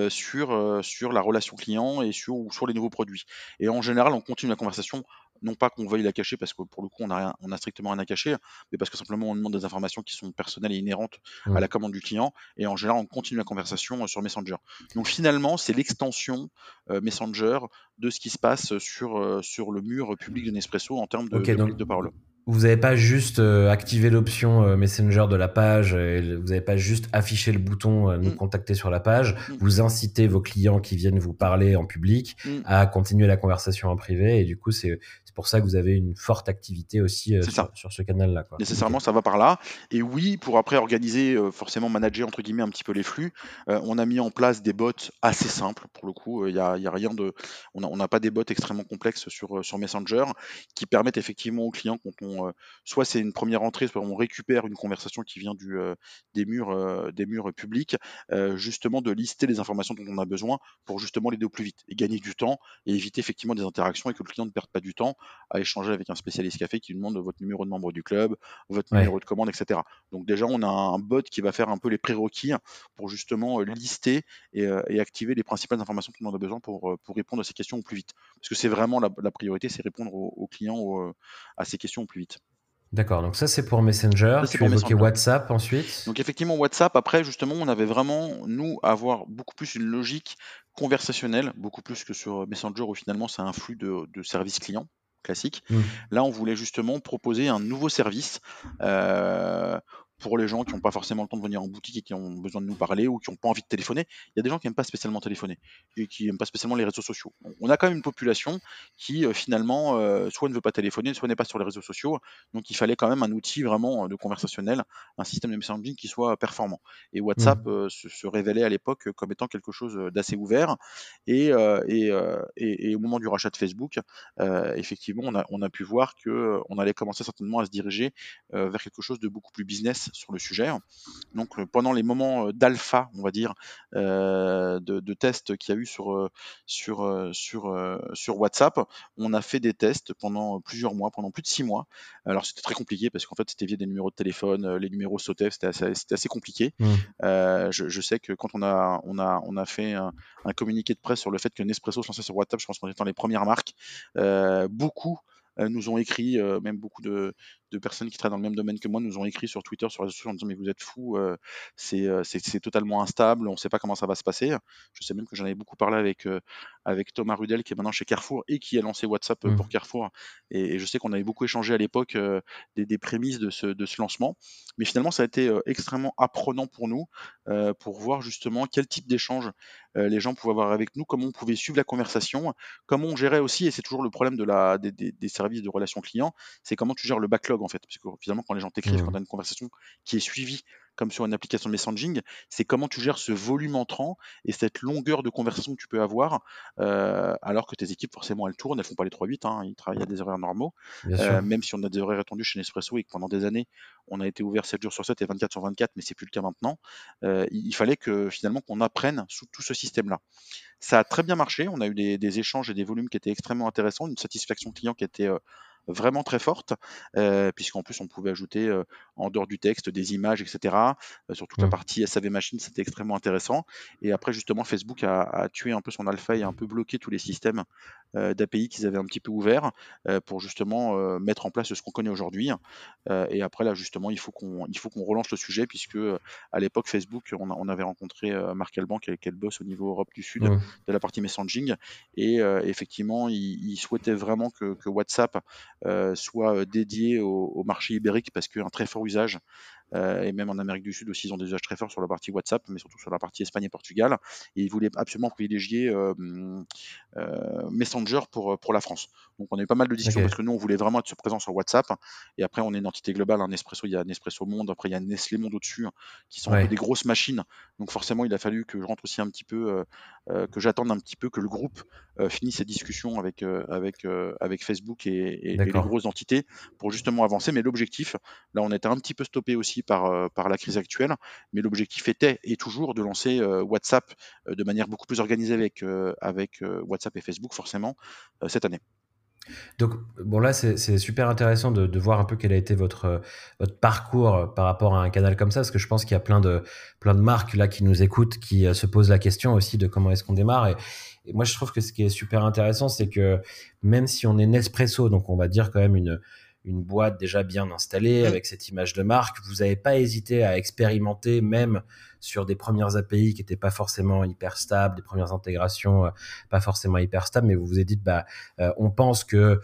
sur la relation client et sur les nouveaux produits. Et en général, on continue la conversation, non pas qu'on veuille la cacher parce que pour le coup on a strictement rien à cacher, mais parce que simplement on demande des informations qui sont personnelles et inhérentes à Hmm. la commande du client et en général on continue la conversation, sur Messenger. Donc finalement, c'est l'extension, Messenger de ce qui se passe sur le mur public de Nespresso en termes de Ok, de donc prise de parole. vous n'avez pas juste activé l'option Messenger de la page, et vous n'avez pas juste affiché le bouton nous Mmh, contacter sur la page, mmh, vous incitez vos clients qui viennent vous parler en public mmh, à continuer la conversation en privé, et du coup c'est pour ça que vous avez une forte activité aussi c'est ça. sur ce canal-là, quoi. Ok. Nécessairement, ça va par là et oui, pour après organiser, forcément «manager» entre guillemets un petit peu les flux, on a mis en place des bots assez simples pour le coup, il y a rien de on n'a pas des bots extrêmement complexes sur Messenger qui permettent effectivement aux clients quand soit c'est une première entrée, soit on récupère une conversation qui vient des murs publics, justement de lister les informations dont on a besoin pour justement l'aider au plus vite et gagner du temps et éviter effectivement des interactions et que le client ne perde pas du temps à échanger avec un spécialiste café qui lui demande votre numéro de membre du club, votre Ouais. numéro de commande, et cetera. Donc déjà, on a un bot qui va faire un peu les prérequis pour justement, lister et activer les principales informations dont on a besoin pour répondre à ces questions au plus vite. Parce que c'est vraiment la priorité, c'est répondre aux clients à ces questions au plus vite. D'accord, donc ça c'est pour Messenger. Ça, c'est Tu pour évoquais Messenger. WhatsApp ensuite. Donc effectivement, WhatsApp, après, justement, on avait vraiment, nous, avoir beaucoup plus une logique conversationnelle, beaucoup plus que sur Messenger où finalement c'est un flux de service client classique. Hmm. Là, on voulait justement proposer un nouveau service pour les gens qui n'ont pas forcément le temps de venir en boutique et qui ont besoin de nous parler ou qui n'ont pas envie de téléphoner. Il y a des gens qui n'aiment pas spécialement téléphoner et qui n'aiment pas spécialement les réseaux sociaux. On a quand même une population qui finalement soit ne veut pas téléphoner, soit n'est pas sur les réseaux sociaux. Donc il fallait quand même un outil vraiment de conversationnel, un système de messaging qui soit performant. Et WhatsApp Hmm. se révélait à l'époque comme étant quelque chose d'assez ouvert. Et au moment du rachat de Facebook, effectivement, on a pu voir qu'on allait commencer certainement à se diriger vers quelque chose de beaucoup plus business sur le sujet. Donc pendant les moments d'alpha, on va dire, de tests qu'il y a eu sur WhatsApp, on a fait des tests pendant plusieurs mois, pendant plus de 6 mois. Alors c'était très compliqué parce qu'en fait c'était via des numéros de téléphone, les numéros sautaient, c'était assez compliqué. Hmm. Je sais que quand on a fait un communiqué de presse sur le fait que Nespresso se lançait sur WhatsApp, je pense qu'on était dans les premières marques, beaucoup nous ont écrit, même beaucoup de personnes qui travaillent dans le même domaine que moi nous ont écrit sur Twitter, sur les réseaux sociaux en disant: «Mais vous êtes fous, c'est totalement instable, on ne sait pas comment ça va se passer». Je sais même que j'en avais beaucoup parlé avec Thomas Rudel qui est maintenant chez Carrefour et qui a lancé WhatsApp, pour Mmh. Carrefour et je sais qu'on avait beaucoup échangé à l'époque, des prémices de ce lancement. Mais finalement ça a été, extrêmement apprenant pour nous, pour voir justement quel type d'échange, les gens pouvaient avoir avec nous, comment on pouvait suivre la conversation, comment on gérait aussi et c'est toujours le problème des services de relations clients, c'est comment tu gères le backlog en fait. Parce que finalement quand les gens t'écrivent, quand Mmh. tu as une conversation qui est suivie comme sur une application de messaging, c'est comment tu gères ce volume entrant et cette longueur de conversation que tu peux avoir, alors que tes équipes forcément elles tournent, elles font pas les 3-8, hein, ils travaillent à des horaires normaux. Bien sûr. Même si on a des horaires étendus chez Nespresso et que pendant des années, on a été ouvert 7 jours sur 7 et 24 sur 24, mais c'est plus le cas maintenant. Il fallait que finalement qu'on apprenne sous tout ce système-là. Ça a très bien marché, on a eu des échanges et des volumes qui étaient extrêmement intéressants, une satisfaction client qui était, vraiment très forte, puisqu'en plus on pouvait ajouter, en dehors du texte des images et cetera, sur toute la Mmh. partie SAV machine, c'était extrêmement intéressant et après justement Facebook a tué un peu son alpha et a un peu bloqué tous les systèmes, d'API qu'ils avaient un petit peu ouverts, pour justement, mettre en place ce qu'on connaît aujourd'hui, et après là justement il faut qu'on relance le sujet puisque, à l'époque Facebook on avait rencontré, Marc Alban qui est le boss au niveau Europe du Sud Mmh. de la partie messaging et effectivement il souhaitait vraiment que WhatsApp, soit, dédié au marché ibérique parce qu'un très fort usage, et même en Amérique du Sud aussi, ils ont des usages très forts sur la partie WhatsApp, mais surtout sur la partie Espagne et Portugal. Et ils voulaient absolument privilégier Messenger pour la France. Donc on a eu pas mal de discussions OK. parce que nous, on voulait vraiment être présent sur WhatsApp. Et après, on est une entité globale. Un Nespresso, il y a Nespresso Monde, après il y a Nestlé Monde au-dessus, hein, qui sont un peu Ouais. des grosses machines. Donc forcément, il a fallu que je rentre aussi un petit peu, que j'attende un petit peu que le groupe finisse ses discussions avec Facebook et les D'accord. grosses entités pour justement avancer. Mais l'objectif, là, on était un petit peu stoppé aussi par la crise actuelle, mais l'objectif était et toujours de lancer WhatsApp de manière beaucoup plus organisée avec WhatsApp et Facebook forcément cette année. Donc, bon, là, c'est super intéressant de voir un peu quel a été votre parcours par rapport à un canal comme ça, parce que je pense qu'il y a plein de marques là qui nous écoutent, qui se posent la question aussi de comment est-ce qu'on démarre. Et moi, je trouve que ce qui est super intéressant, c'est que même si on est Nespresso, donc on va dire quand même une boîte déjà bien installée Mm, avec cette image de marque, vous n'avez pas hésité à expérimenter même sur des premières API qui n'étaient pas forcément hyper stables, des premières intégrations pas forcément hyper stables, mais vous vous êtes dit, bah, on pense que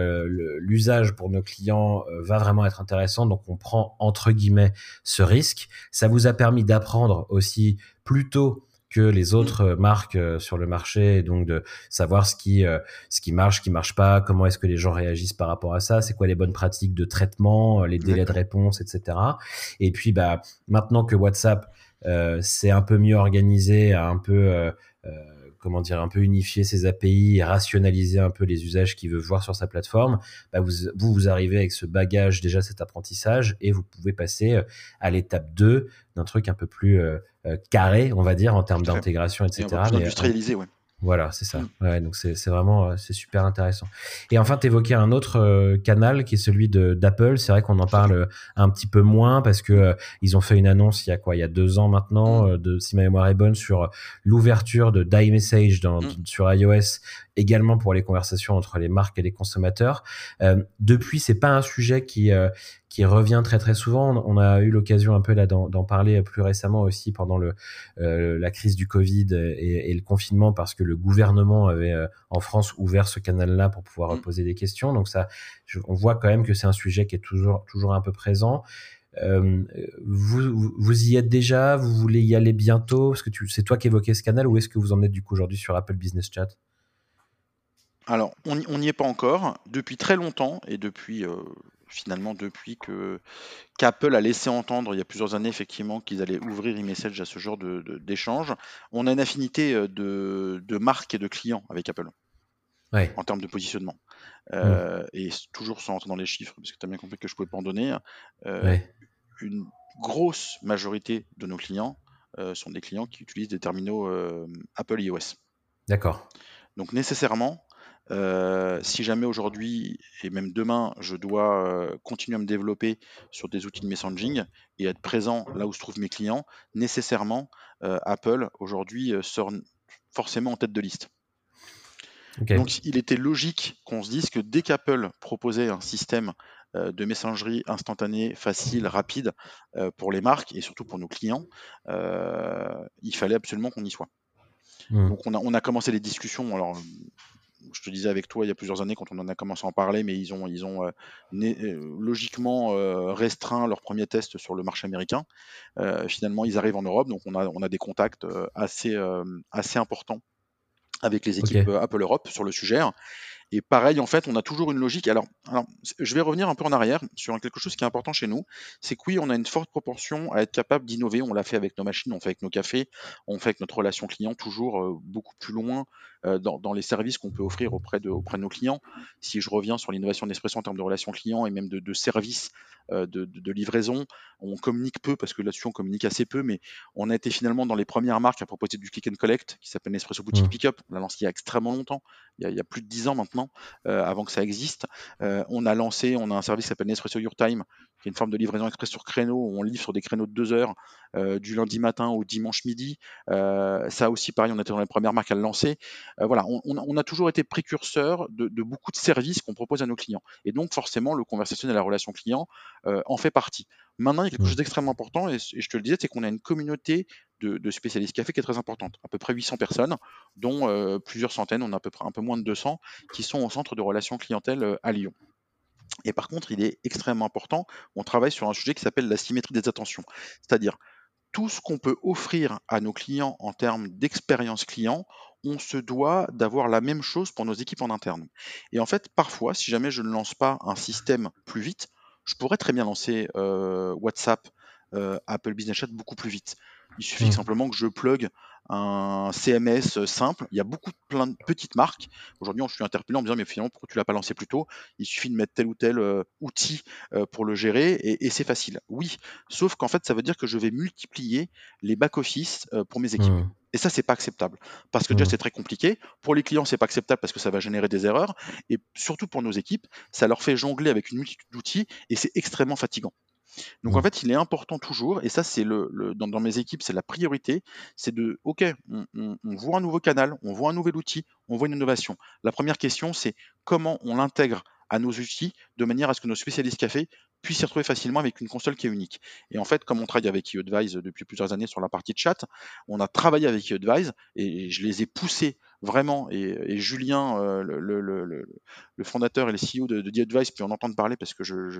l'usage pour nos clients va vraiment être intéressant, donc on prend entre guillemets ce risque. Ça vous a permis d'apprendre aussi plus tôt que les mm, autres marques sur le marché, et donc de savoir ce qui marche pas, comment est-ce que les gens réagissent par rapport à ça, c'est quoi les bonnes pratiques de traitement, les délais de exactement. réponse, etc. Et puis bah maintenant que WhatsApp c'est un peu mieux organisé, a un peu euh, comment dire, un peu unifier ses API et rationaliser un peu les usages qu'il veut voir sur sa plateforme, bah vous arrivez avec ce bagage, déjà cet apprentissage, et vous pouvez passer à l'étape 2 d'un truc un peu plus carré, on va dire, en termes Tout à fait. d'intégration, Et on va etc. plus Mais industrialiser, ouais. voilà, c'est ça. Mm. Ouais, donc c'est vraiment c'est super intéressant. Et enfin, tu évoquais un autre canal qui est celui d'Apple. C'est vrai qu'on en Tout à fait. parle un petit peu moins parce que Mm, ils ont fait une annonce il y a quoi, il y a 2 ans maintenant, mm, si ma mémoire est bonne, sur l'ouverture de d'iMessage mm. sur iOS, également pour les conversations entre les marques et les consommateurs. Depuis, c'est pas un sujet qui revient très très souvent. On a eu l'occasion un peu là d'en parler plus récemment aussi pendant la crise du Covid et le confinement, parce que le gouvernement avait en France ouvert ce canal-là pour pouvoir Mm. poser des questions. Donc ça, on voit quand même que c'est un sujet qui est toujours un peu présent. Euh, vous y êtes déjà? Vous voulez y aller bientôt? Parce que c'est toi qui évoquais ce canal, ou est-ce que vous en êtes du coup aujourd'hui sur Apple Business Chat? Alors, on n'y est pas encore. Depuis très longtemps et finalement depuis que qu'Apple a laissé entendre il y a plusieurs années effectivement qu'ils allaient ouvrir eMessage à ce genre d'échange, on a une affinité de marque et de clients avec Apple Ouais. en termes de positionnement. Mm. Toujours sans rentrer dans les chiffres, parce que tu as bien compris que je ne pouvais pas en donner, euh, Ouais. une grosse majorité de nos clients sont des clients qui utilisent des terminaux Apple iOS. D'accord. Donc nécessairement, si jamais aujourd'hui et même demain, je dois, continuer à me développer sur des outils de messaging et être présent là où se trouvent mes clients, nécessairement, Apple aujourd'hui, sort forcément en tête de liste. Ok. Donc il était logique qu'on se dise que dès qu'Apple proposait un système, de messagerie instantanée, facile, rapide pour les marques et surtout pour nos clients, il fallait absolument qu'on y soit. Hmm. Donc on a commencé les discussions. Alors, je te disais avec toi il y a plusieurs années quand on en a commencé à en parler, mais ils ont logiquement restreint leur premier test sur le marché américain. Finalement, ils arrivent en Europe, donc on a des contacts assez importants avec les Ok. équipes Apple Europe sur le sujet. Et pareil, en fait, on a toujours une logique. Alors, je vais revenir un peu en arrière sur quelque chose qui est important chez nous. C'est que oui, on a une forte proportion à être capable d'innover. On l'a fait avec nos machines, on fait avec nos cafés, on fait avec notre relation client, toujours beaucoup plus loin dans les services qu'on peut offrir auprès de nos clients. Si je reviens sur l'innovation d'Espresso en termes de relation client et même de services de livraison, on communique peu parce que là-dessus on communique assez peu, mais on a été finalement dans les premières marques à proposer du click and collect qui s'appelle Nespresso Boutique Hmm. Pickup. On l'a lancé il y a extrêmement longtemps, il y a plus de 10 ans maintenant, avant que ça existe. On a un service qui s'appelle Nespresso Your Time, qui est une forme de livraison express sur créneau, où on livre sur des créneaux de 2 heures, du lundi matin au dimanche midi. Ça aussi, pareil, on était dans les premières marques à le lancer. Voilà, on a toujours été précurseur de beaucoup de services qu'on propose à nos clients. Et donc, forcément, le conversationnel et la relation client en fait partie. Maintenant, il y a quelque Hmm. chose d'extrêmement important, et je te le disais, c'est qu'on a une communauté de spécialistes café qui est très importante, à peu près 800 personnes, dont plusieurs centaines, on a à peu près un peu moins de 200, qui sont au centre de relations clientèle à Lyon. Et par contre, il est extrêmement important, on travaille sur un sujet qui s'appelle la symétrie des attentions. C'est-à-dire, tout ce qu'on peut offrir à nos clients en termes d'expérience client, on se doit d'avoir la même chose pour nos équipes en interne. Et en fait, parfois, si jamais je ne lance pas un système plus vite, je pourrais très bien lancer WhatsApp, Apple Business Chat beaucoup plus vite. Il suffit Hmm. simplement que je plug un CMS simple. Il y a plein de petites marques. Aujourd'hui, je suis interpellé en me disant, mais finalement, pourquoi tu l'as pas lancé plus tôt? Il suffit de mettre tel ou tel outil pour le gérer et c'est facile. Oui, sauf qu'en fait, ça veut dire que je vais multiplier les back-office pour mes équipes. Hmm. Et ça, c'est pas acceptable. Parce que déjà, Hmm. c'est très compliqué. Pour les clients, c'est pas acceptable parce que ça va générer des erreurs. Et surtout pour nos équipes, ça leur fait jongler avec une multitude d'outils et c'est extrêmement fatigant. Donc en Hmm. fait, il est important toujours, et ça c'est dans mes équipes, c'est la priorité, c'est de, ok, on voit un nouveau canal, on voit un nouvel outil, on voit une innovation. La première question, c'est comment on l'intègre à nos outils de manière à ce que nos spécialistes café puissent s'y retrouver facilement avec une console qui est unique. Et en fait, comme on travaille avec eAdvise depuis plusieurs années sur la partie de chat, on a travaillé avec eAdvise et je les ai poussés vraiment. Et Julien, le fondateur et le CEO de eAdvise, puis en entendre parler parce que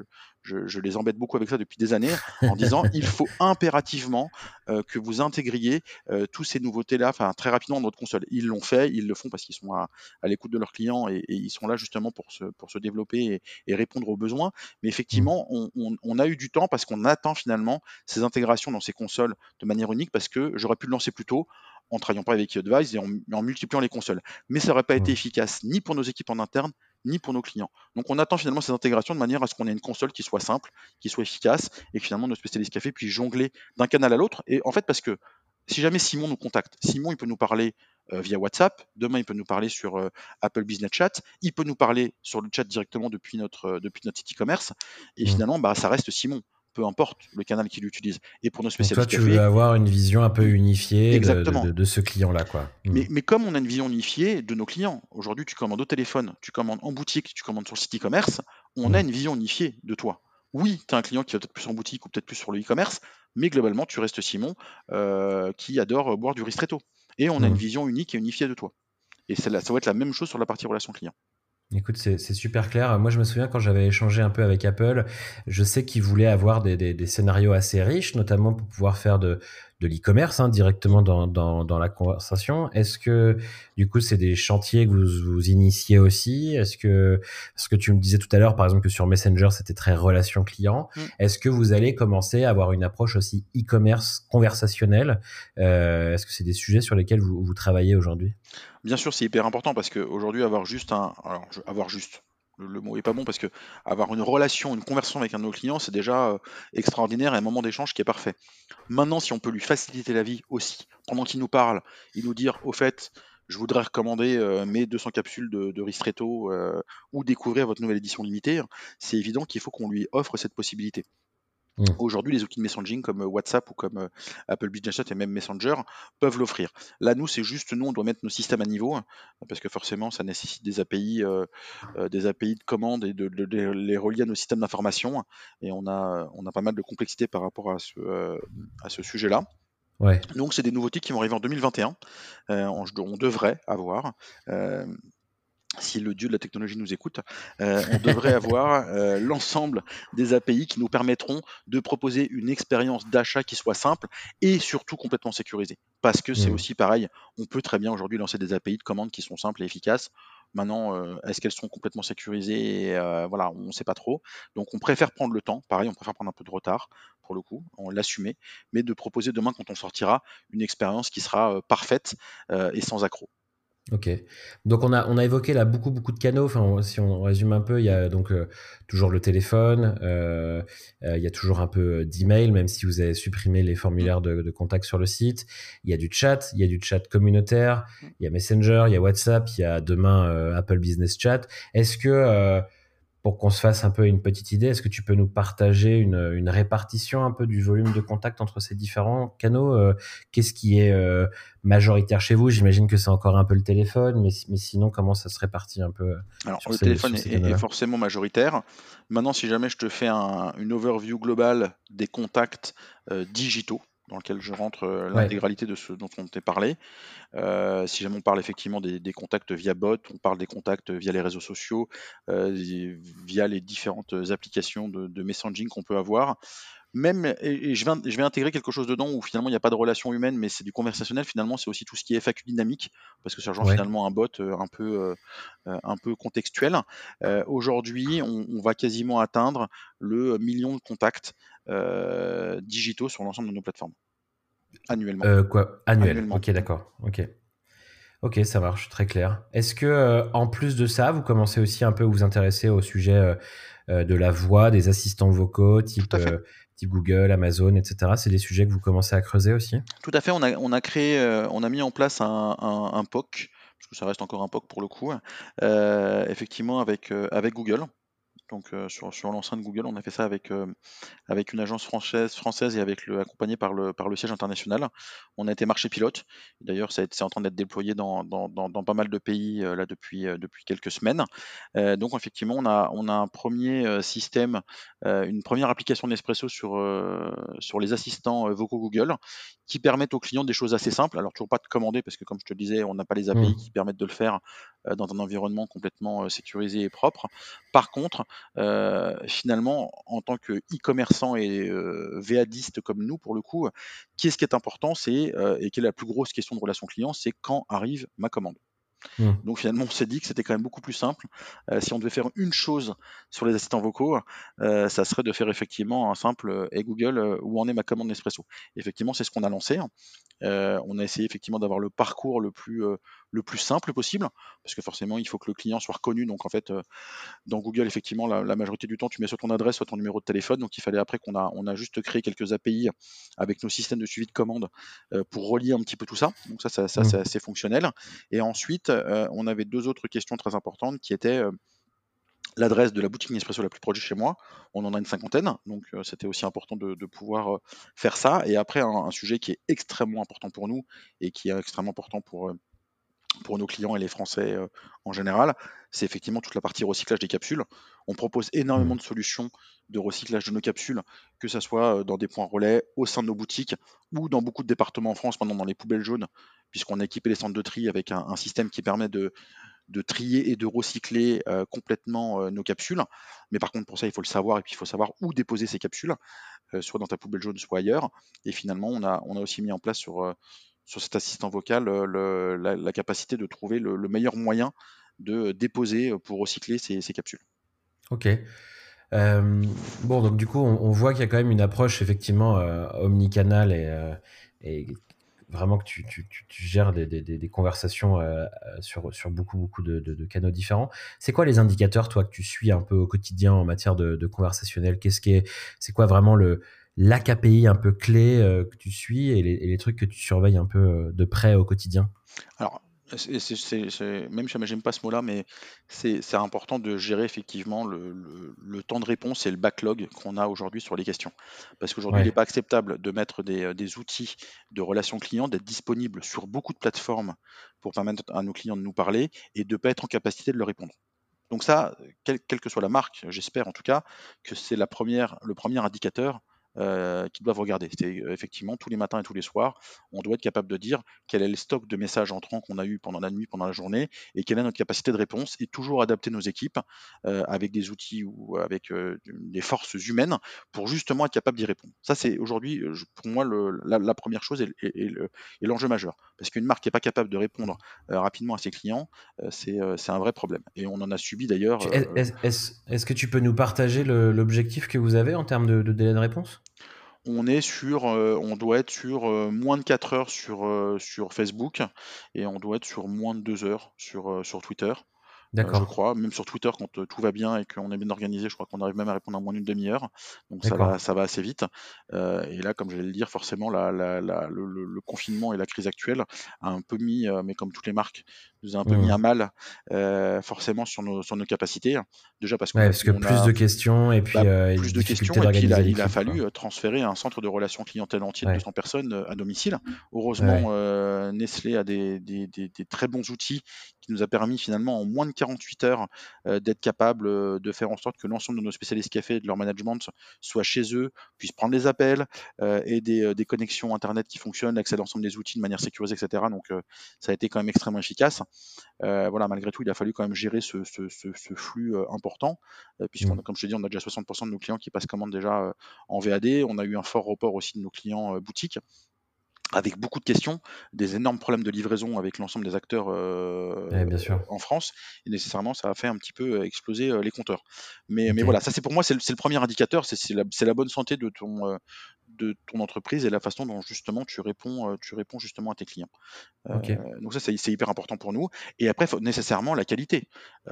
je les embête beaucoup avec ça depuis des années, en disant il faut impérativement que vous intégriez tous ces nouveautés-là très rapidement dans notre console. Ils l'ont fait, ils le font parce qu'ils sont à l'écoute de leurs clients et ils sont là justement pour se développer et répondre aux besoins. Mais Hmm. effectivement, on a eu du temps parce qu'on attend finalement ces intégrations dans ces consoles de manière unique parce que j'aurais pu le lancer plus tôt en ne travaillant pas avec Advise et en multipliant les consoles. Mais ça n'aurait pas été Hmm. efficace ni pour nos équipes en interne, ni pour nos clients. Donc on attend finalement ces intégrations de manière à ce qu'on ait une console qui soit simple, qui soit efficace, et que finalement nos spécialistes café puissent jongler d'un canal à l'autre. Et en fait, parce que si jamais Simon nous contacte, Simon il peut nous parler via WhatsApp, demain il peut nous parler sur Apple Business Chat, il peut nous parler sur le chat directement depuis notre site e-commerce, et Hmm. finalement bah, ça reste Simon, peu importe le canal qu'il utilise. Et pour nos Donc toi, spécialistes tu veux café, avoir une vision un peu unifiée exactement. de ce client-là, quoi. Hmm. Mais comme on a une vision unifiée de nos clients, aujourd'hui tu commandes au téléphone, tu commandes en boutique, tu commandes sur le site e-commerce, on a Hmm. une vision unifiée de toi. Oui, tu as un client qui va peut-être plus en boutique ou peut-être plus sur le e-commerce, mais globalement tu restes Simon qui adore boire du ristretto. Et on a une Hmm. vision unique et unifiée de toi. Et ça va être la même chose sur la partie relation client. Écoute, c'est super clair. Moi, je me souviens quand j'avais échangé un peu avec Apple, je sais qu'ils voulaient avoir des scénarios assez riches, notamment pour pouvoir faire de l'e-commerce hein, Mm. directement dans la conversation. Est-ce que, du coup, c'est des chantiers que vous initiez aussi? Parce que tu me disais tout à l'heure, par exemple, que sur Messenger, c'était très relation client. Mm. Est-ce que vous allez commencer à avoir une approche aussi e-commerce conversationnelle? Est-ce que c'est des sujets sur lesquels vous travaillez aujourd'hui? Bien sûr, c'est hyper important parce qu'aujourd'hui, avoir juste, le mot est pas bon parce que avoir une relation, une conversation avec un de nos clients, c'est déjà extraordinaire et un moment d'échange qui est parfait. Maintenant, si on peut lui faciliter la vie aussi, pendant qu'il nous parle, il nous dire, au fait, je voudrais recommander mes 200 capsules de Ristretto ou découvrir votre nouvelle édition limitée, c'est évident qu'il faut qu'on lui offre cette possibilité. Aujourd'hui, les outils de messaging comme WhatsApp ou comme Apple Business Chat et même Messenger peuvent l'offrir. Là, nous, c'est juste nous, on doit mettre nos systèmes à niveau parce que forcément, ça nécessite des API de commande et de les relier à nos systèmes d'information. Et on a pas mal de complexité par rapport à ce sujet-là. Ouais. Donc, c'est des nouveautés qui vont arriver en 2021. On devrait avoir. euh, Si le dieu de la technologie nous écoute, on devrait avoir l'ensemble des API qui nous permettront de proposer une expérience d'achat qui soit simple et surtout complètement sécurisée. Parce que c'est Mm. aussi pareil, on peut très bien aujourd'hui lancer des API de commande qui sont simples et efficaces. Maintenant, est-ce qu'elles sont complètement sécurisées? Voilà, on ne sait pas trop. Donc on préfère prendre le temps, pareil, on préfère prendre un peu de retard pour le coup, on l'assumer, mais de proposer demain quand on sortira une expérience qui sera parfaite et sans accroc. Ok. Donc on a évoqué là beaucoup de canaux. Enfin, si on résume un peu, il y a donc toujours le téléphone, il y a toujours un peu d'email, même si vous avez supprimé les Mm, formulaires de contact sur le site. Il y a du chat communautaire, mm. il y a Messenger, il y a WhatsApp, il y a demain Apple Business Chat. Est-ce que pour qu'on se fasse un peu une petite idée, est-ce que tu peux nous partager une répartition un peu du volume de contact entre ces différents canaux? Qu'est-ce qui est majoritaire chez vous? J'imagine que c'est encore un peu le téléphone, mais sinon, comment ça se répartit un peu Alors, sur le téléphone sur est, ces est canaux-là? forcément majoritaire. Maintenant, si jamais je te fais une overview globale des contacts digitaux, dans lequel je rentre Ouais. l'intégralité de ce dont on t'est parlé, si jamais on parle effectivement des contacts via bot, on parle des contacts via les réseaux sociaux, via les différentes applications de messaging qu'on peut avoir, même, et je vais intégrer quelque chose dedans où finalement il n'y a pas de relation humaine, mais c'est du conversationnel. Finalement, c'est aussi tout ce qui est FAQ dynamique, parce que ça rejoint Ouais. finalement un bot un peu contextuel. Aujourd'hui, on va quasiment atteindre le million de contacts digitaux sur l'ensemble de nos plateformes, annuellement. Quoi? Annuel. Annuellement. Ok, d'accord. Ok. Ok, ça marche, très clair. Est-ce que, en plus de ça, vous commencez aussi un peu à vous intéresser au sujet de la voix, des assistants vocaux, Tout à fait. type Google, Amazon, etc. C'est des sujets que vous commencez à creuser aussi? Tout à fait, on a créé, on a mis en place un POC, parce que ça reste encore un POC pour le coup, effectivement avec Google. Donc sur l'enceinte Google, on a fait ça avec une agence française et accompagné par le siège international. On a été marché pilote. D'ailleurs, c'est en train d'être déployé dans pas mal de pays là depuis quelques semaines. Donc effectivement, on a un premier système, une première application Nespresso sur les assistants vocaux Google qui permettent aux clients des choses assez simples. Alors toujours pas de commander parce que comme je te le disais, on n'a pas les API Hmm. qui permettent de le faire dans un environnement complètement sécurisé et propre. Par contre, finalement, en tant que e-commerçant et VADiste comme nous, pour le coup, qu'est-ce qui est important, et quelle est la plus grosse question de relation client, c'est quand arrive ma commande. Hmm. Donc finalement, on s'est dit que c'était quand même beaucoup plus simple. Si on devait faire une chose sur les assistants vocaux, ça serait de faire effectivement un simple Hey Google, où en est ma commande Nespresso? Effectivement, c'est ce qu'on a lancé. On a essayé effectivement d'avoir le parcours le plus simple possible, parce que forcément, il faut que le client soit reconnu. Donc en fait, dans Google, effectivement, la majorité du temps, tu mets soit ton adresse, soit ton numéro de téléphone. Donc, il fallait après on a juste créé quelques API avec nos systèmes de suivi de commande pour relier un petit peu tout ça. Donc, ça c'est Hmm. assez fonctionnel. Et ensuite, on avait deux autres questions très importantes qui étaient l'adresse de la boutique Nespresso la plus proche de chez moi. On en a une cinquantaine. Donc, c'était aussi important de pouvoir faire ça. Et après, un sujet qui est extrêmement important pour nous et qui est extrêmement important pour nos clients et les Français en général, c'est effectivement toute la partie recyclage des capsules. On propose Hmm. énormément de solutions de recyclage de nos capsules, que ce soit dans des points relais, au sein de nos boutiques, ou dans beaucoup de départements en France, maintenant dans les poubelles jaunes, puisqu'on a équipé les centres de tri avec un système qui permet de trier et de recycler complètement nos capsules. Mais par contre, pour ça, il faut le savoir, et puis il faut savoir où déposer ces capsules, soit dans ta poubelle jaune, soit ailleurs. Et finalement, on a aussi mis en place sur cet assistant vocal la capacité de trouver le meilleur moyen de déposer pour recycler ces capsules. Ok. Bon, donc du coup, on voit qu'il y a quand même une approche effectivement omnicanal et vraiment que tu gères des conversations sur beaucoup de canaux différents. C'est quoi les indicateurs, toi, que tu suis un peu au quotidien en matière de conversationnel? C'est quoi vraiment l'AKPI un peu clé que tu suis et les trucs que tu surveilles un peu de près au quotidien? Alors, Même si j'aime pas ce mot-là, mais c'est important de gérer effectivement le temps de réponse et le backlog qu'on a aujourd'hui sur les questions. Parce qu'aujourd'hui, il n'est Ouais. pas acceptable de mettre des outils de relations clients, d'être disponibles sur beaucoup de plateformes pour permettre à nos clients de nous parler et de ne pas être en capacité de leur répondre. Donc ça, quelle que soit la marque, j'espère en tout cas que c'est le premier indicateur qu'ils doivent regarder. C'est effectivement tous les matins et tous les soirs, on doit être capable de dire quel est le stock de messages entrants qu'on a eu pendant la nuit, pendant la journée, et quelle est notre capacité de réponse, et toujours adapter nos équipes avec des outils ou avec des forces humaines pour justement être capable d'y répondre. Ça, c'est aujourd'hui, pour moi, la première chose et l'enjeu majeur. Parce qu'une marque n'est pas capable de répondre rapidement à ses clients, c'est un vrai problème. Et on en a subi d'ailleurs. Est-ce que tu peux nous partager l'objectif que vous avez en termes de délai de réponse? On doit être sur moins de 4 heures sur Facebook et on doit être sur moins de 2 heures sur Twitter. Je D'accord, crois, même sur Twitter quand, tout va bien et qu'on est bien organisé, je crois qu'on arrive même à répondre en moins d'une demi-heure, donc d'accord. ça va assez vite, et là, comme j'allais le dire, forcément le confinement et la crise actuelle a un peu mis, mais comme toutes les marques, nous a un peu mis à Mmh. mal, forcément sur nos capacités. Déjà parce Ouais, qu'on a parce que on plus a de questions et puis, bah, et plus de difficulté questions et puis d'organiser il a l'équipe, fallu, quoi. transférer un centre de relations clientèle entier de Ouais, 200 personnes, à domicile. Heureusement, ouais, Nestlé a des très bons outils qui nous a permis finalement en moins de 48 heures, d'être capable, de faire en sorte que l'ensemble de nos spécialistes café et de leur management soient chez eux, puissent prendre des appels, et des connexions internet qui fonctionnent, accès à l'ensemble des outils de manière sécurisée et cetera, donc ça a été quand même extrêmement efficace. Voilà, malgré tout, il a fallu quand même gérer ce flux important, puisqu'on mmh, a, comme je te dis, on a déjà 60% de nos clients qui passent commande déjà en VAD. On a eu un fort report aussi de nos clients boutiques, avec beaucoup de questions, des énormes problèmes de livraison avec l'ensemble des acteurs ouais, bien sûr. en France, et nécessairement ça a fait un petit peu exploser les compteurs. Mais OK. voilà, ça c'est pour moi c'est le premier indicateur, c'est la bonne santé de ton entreprise et la façon dont justement tu réponds justement à tes clients. OK. Donc ça, c'est hyper important pour nous. Et après, faut nécessairement la qualité.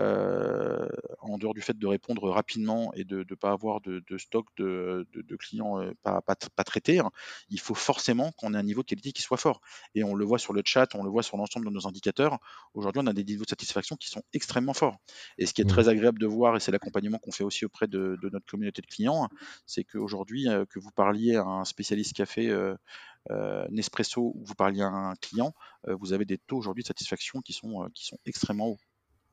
En dehors du fait de répondre rapidement et de ne pas avoir de stock de clients pas traités, hein, il faut forcément qu'on ait un niveau de qualité qui soit fort. Et on le voit sur le chat, on le voit sur l'ensemble de nos indicateurs. Aujourd'hui, on a des niveaux de satisfaction qui sont extrêmement forts. Et ce qui est Mmh. très agréable de voir, et c'est l'accompagnement qu'on fait aussi auprès de notre communauté de clients, c'est qu'aujourd'hui, que vous parliez à un spécialiste café Nespresso ou vous parliez à un client, vous avez des taux aujourd'hui de satisfaction qui sont extrêmement hauts.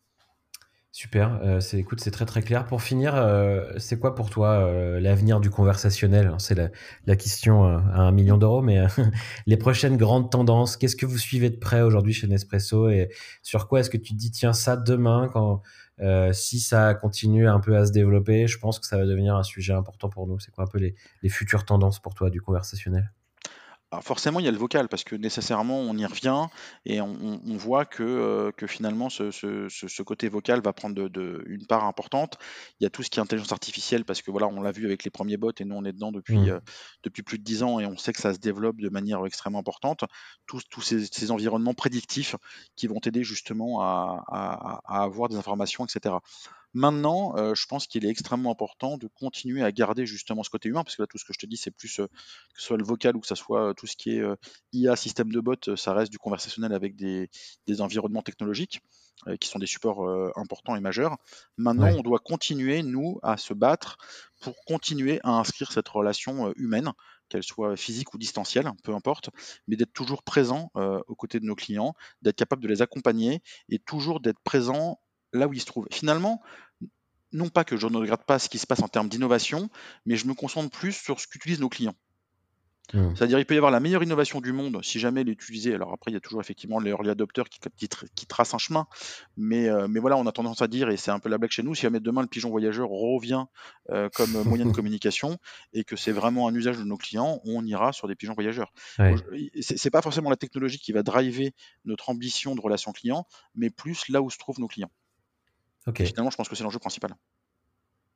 Super, écoute, c'est très, très clair. Pour finir, c'est quoi pour toi, l'avenir du conversationnel? Alors c'est la question, à 1 000 000 €, mais, les prochaines grandes tendances, qu'est-ce que vous suivez de près aujourd'hui chez Nespresso et sur quoi est-ce que tu te dis: «Tiens, ça demain quand, si ça continue un peu à se développer, je pense que ça va devenir un sujet important pour nous». C'est quoi un peu les futures tendances pour toi du conversationnel? Alors forcément, il y a le vocal parce que nécessairement on y revient et on voit que finalement ce côté vocal va prendre une part importante. Il y a tout ce qui est intelligence artificielle parce que voilà, on l'a vu avec les premiers bots et nous on est dedans Mmh. depuis plus de 10 ans et on sait que ça se développe de manière extrêmement importante. Tous ces environnements prédictifs qui vont t'aider justement à avoir des informations, etc. Maintenant, je pense qu'il est extrêmement important de continuer à garder justement ce côté humain, parce que là, tout ce que je te dis, c'est plus, que ce soit le vocal ou que ça soit, tout ce qui est, IA, système de bot, ça reste du conversationnel avec des environnements technologiques, qui sont des supports, importants et majeurs. Maintenant, Ouais. on doit continuer, nous, à se battre pour continuer à inscrire cette relation, humaine, qu'elle soit physique ou distancielle, peu importe, mais d'être toujours présent, aux côtés de nos clients, d'être capable de les accompagner et toujours d'être présent là où ils se trouvent. Finalement, non pas que je ne regrette pas ce qui se passe en termes d'innovation, mais je me concentre plus sur ce qu'utilisent nos clients. Mmh. C'est-à-dire, il peut y avoir la meilleure innovation du monde si jamais elle est utilisée. Alors après, il y a toujours effectivement les early adopters qui tracent un chemin, mais voilà, on a tendance à dire, et c'est un peu la blague chez nous, si jamais demain le pigeon voyageur revient comme moyen de communication et que c'est vraiment un usage de nos clients, on ira sur des pigeons voyageurs. Ouais. C'est pas forcément la technologie qui va driver notre ambition de relation client, mais plus là où se trouvent nos clients. Et OK. finalement, je pense que c'est l'enjeu principal.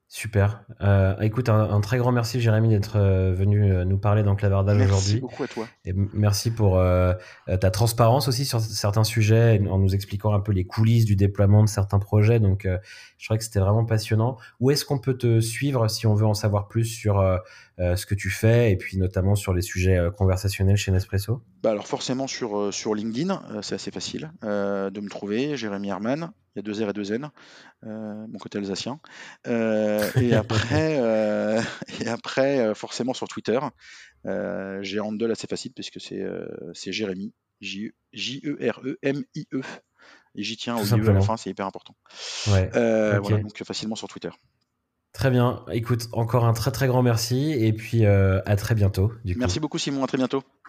Super. Écoute, un très grand merci, Jérémy, d'être venu nous parler dans Clavardage Merci aujourd'hui. beaucoup à toi. Et merci pour ta transparence aussi sur certains sujets, en nous expliquant un peu les coulisses du déploiement de certains projets. Donc, je crois que c'était vraiment passionnant. Où est-ce qu'on peut te suivre si on veut en savoir plus sur ce que tu fais et puis notamment sur les sujets conversationnels chez Nespresso? Bah alors forcément sur LinkedIn, c'est assez facile de me trouver, Jérémy Herman, il y a 2 R et 2 N, mon côté alsacien. Et après, et après forcément sur Twitter, j'ai handle assez facile puisque c'est Jérémy, Jeremie, et j'y tiens Tout au IE à la simplement. fin, c'est hyper important. Ouais, ok. Voilà, donc facilement sur Twitter. Très bien. Écoute, encore un très très grand merci et puis à très bientôt du coup. Merci beaucoup Simon, à très bientôt.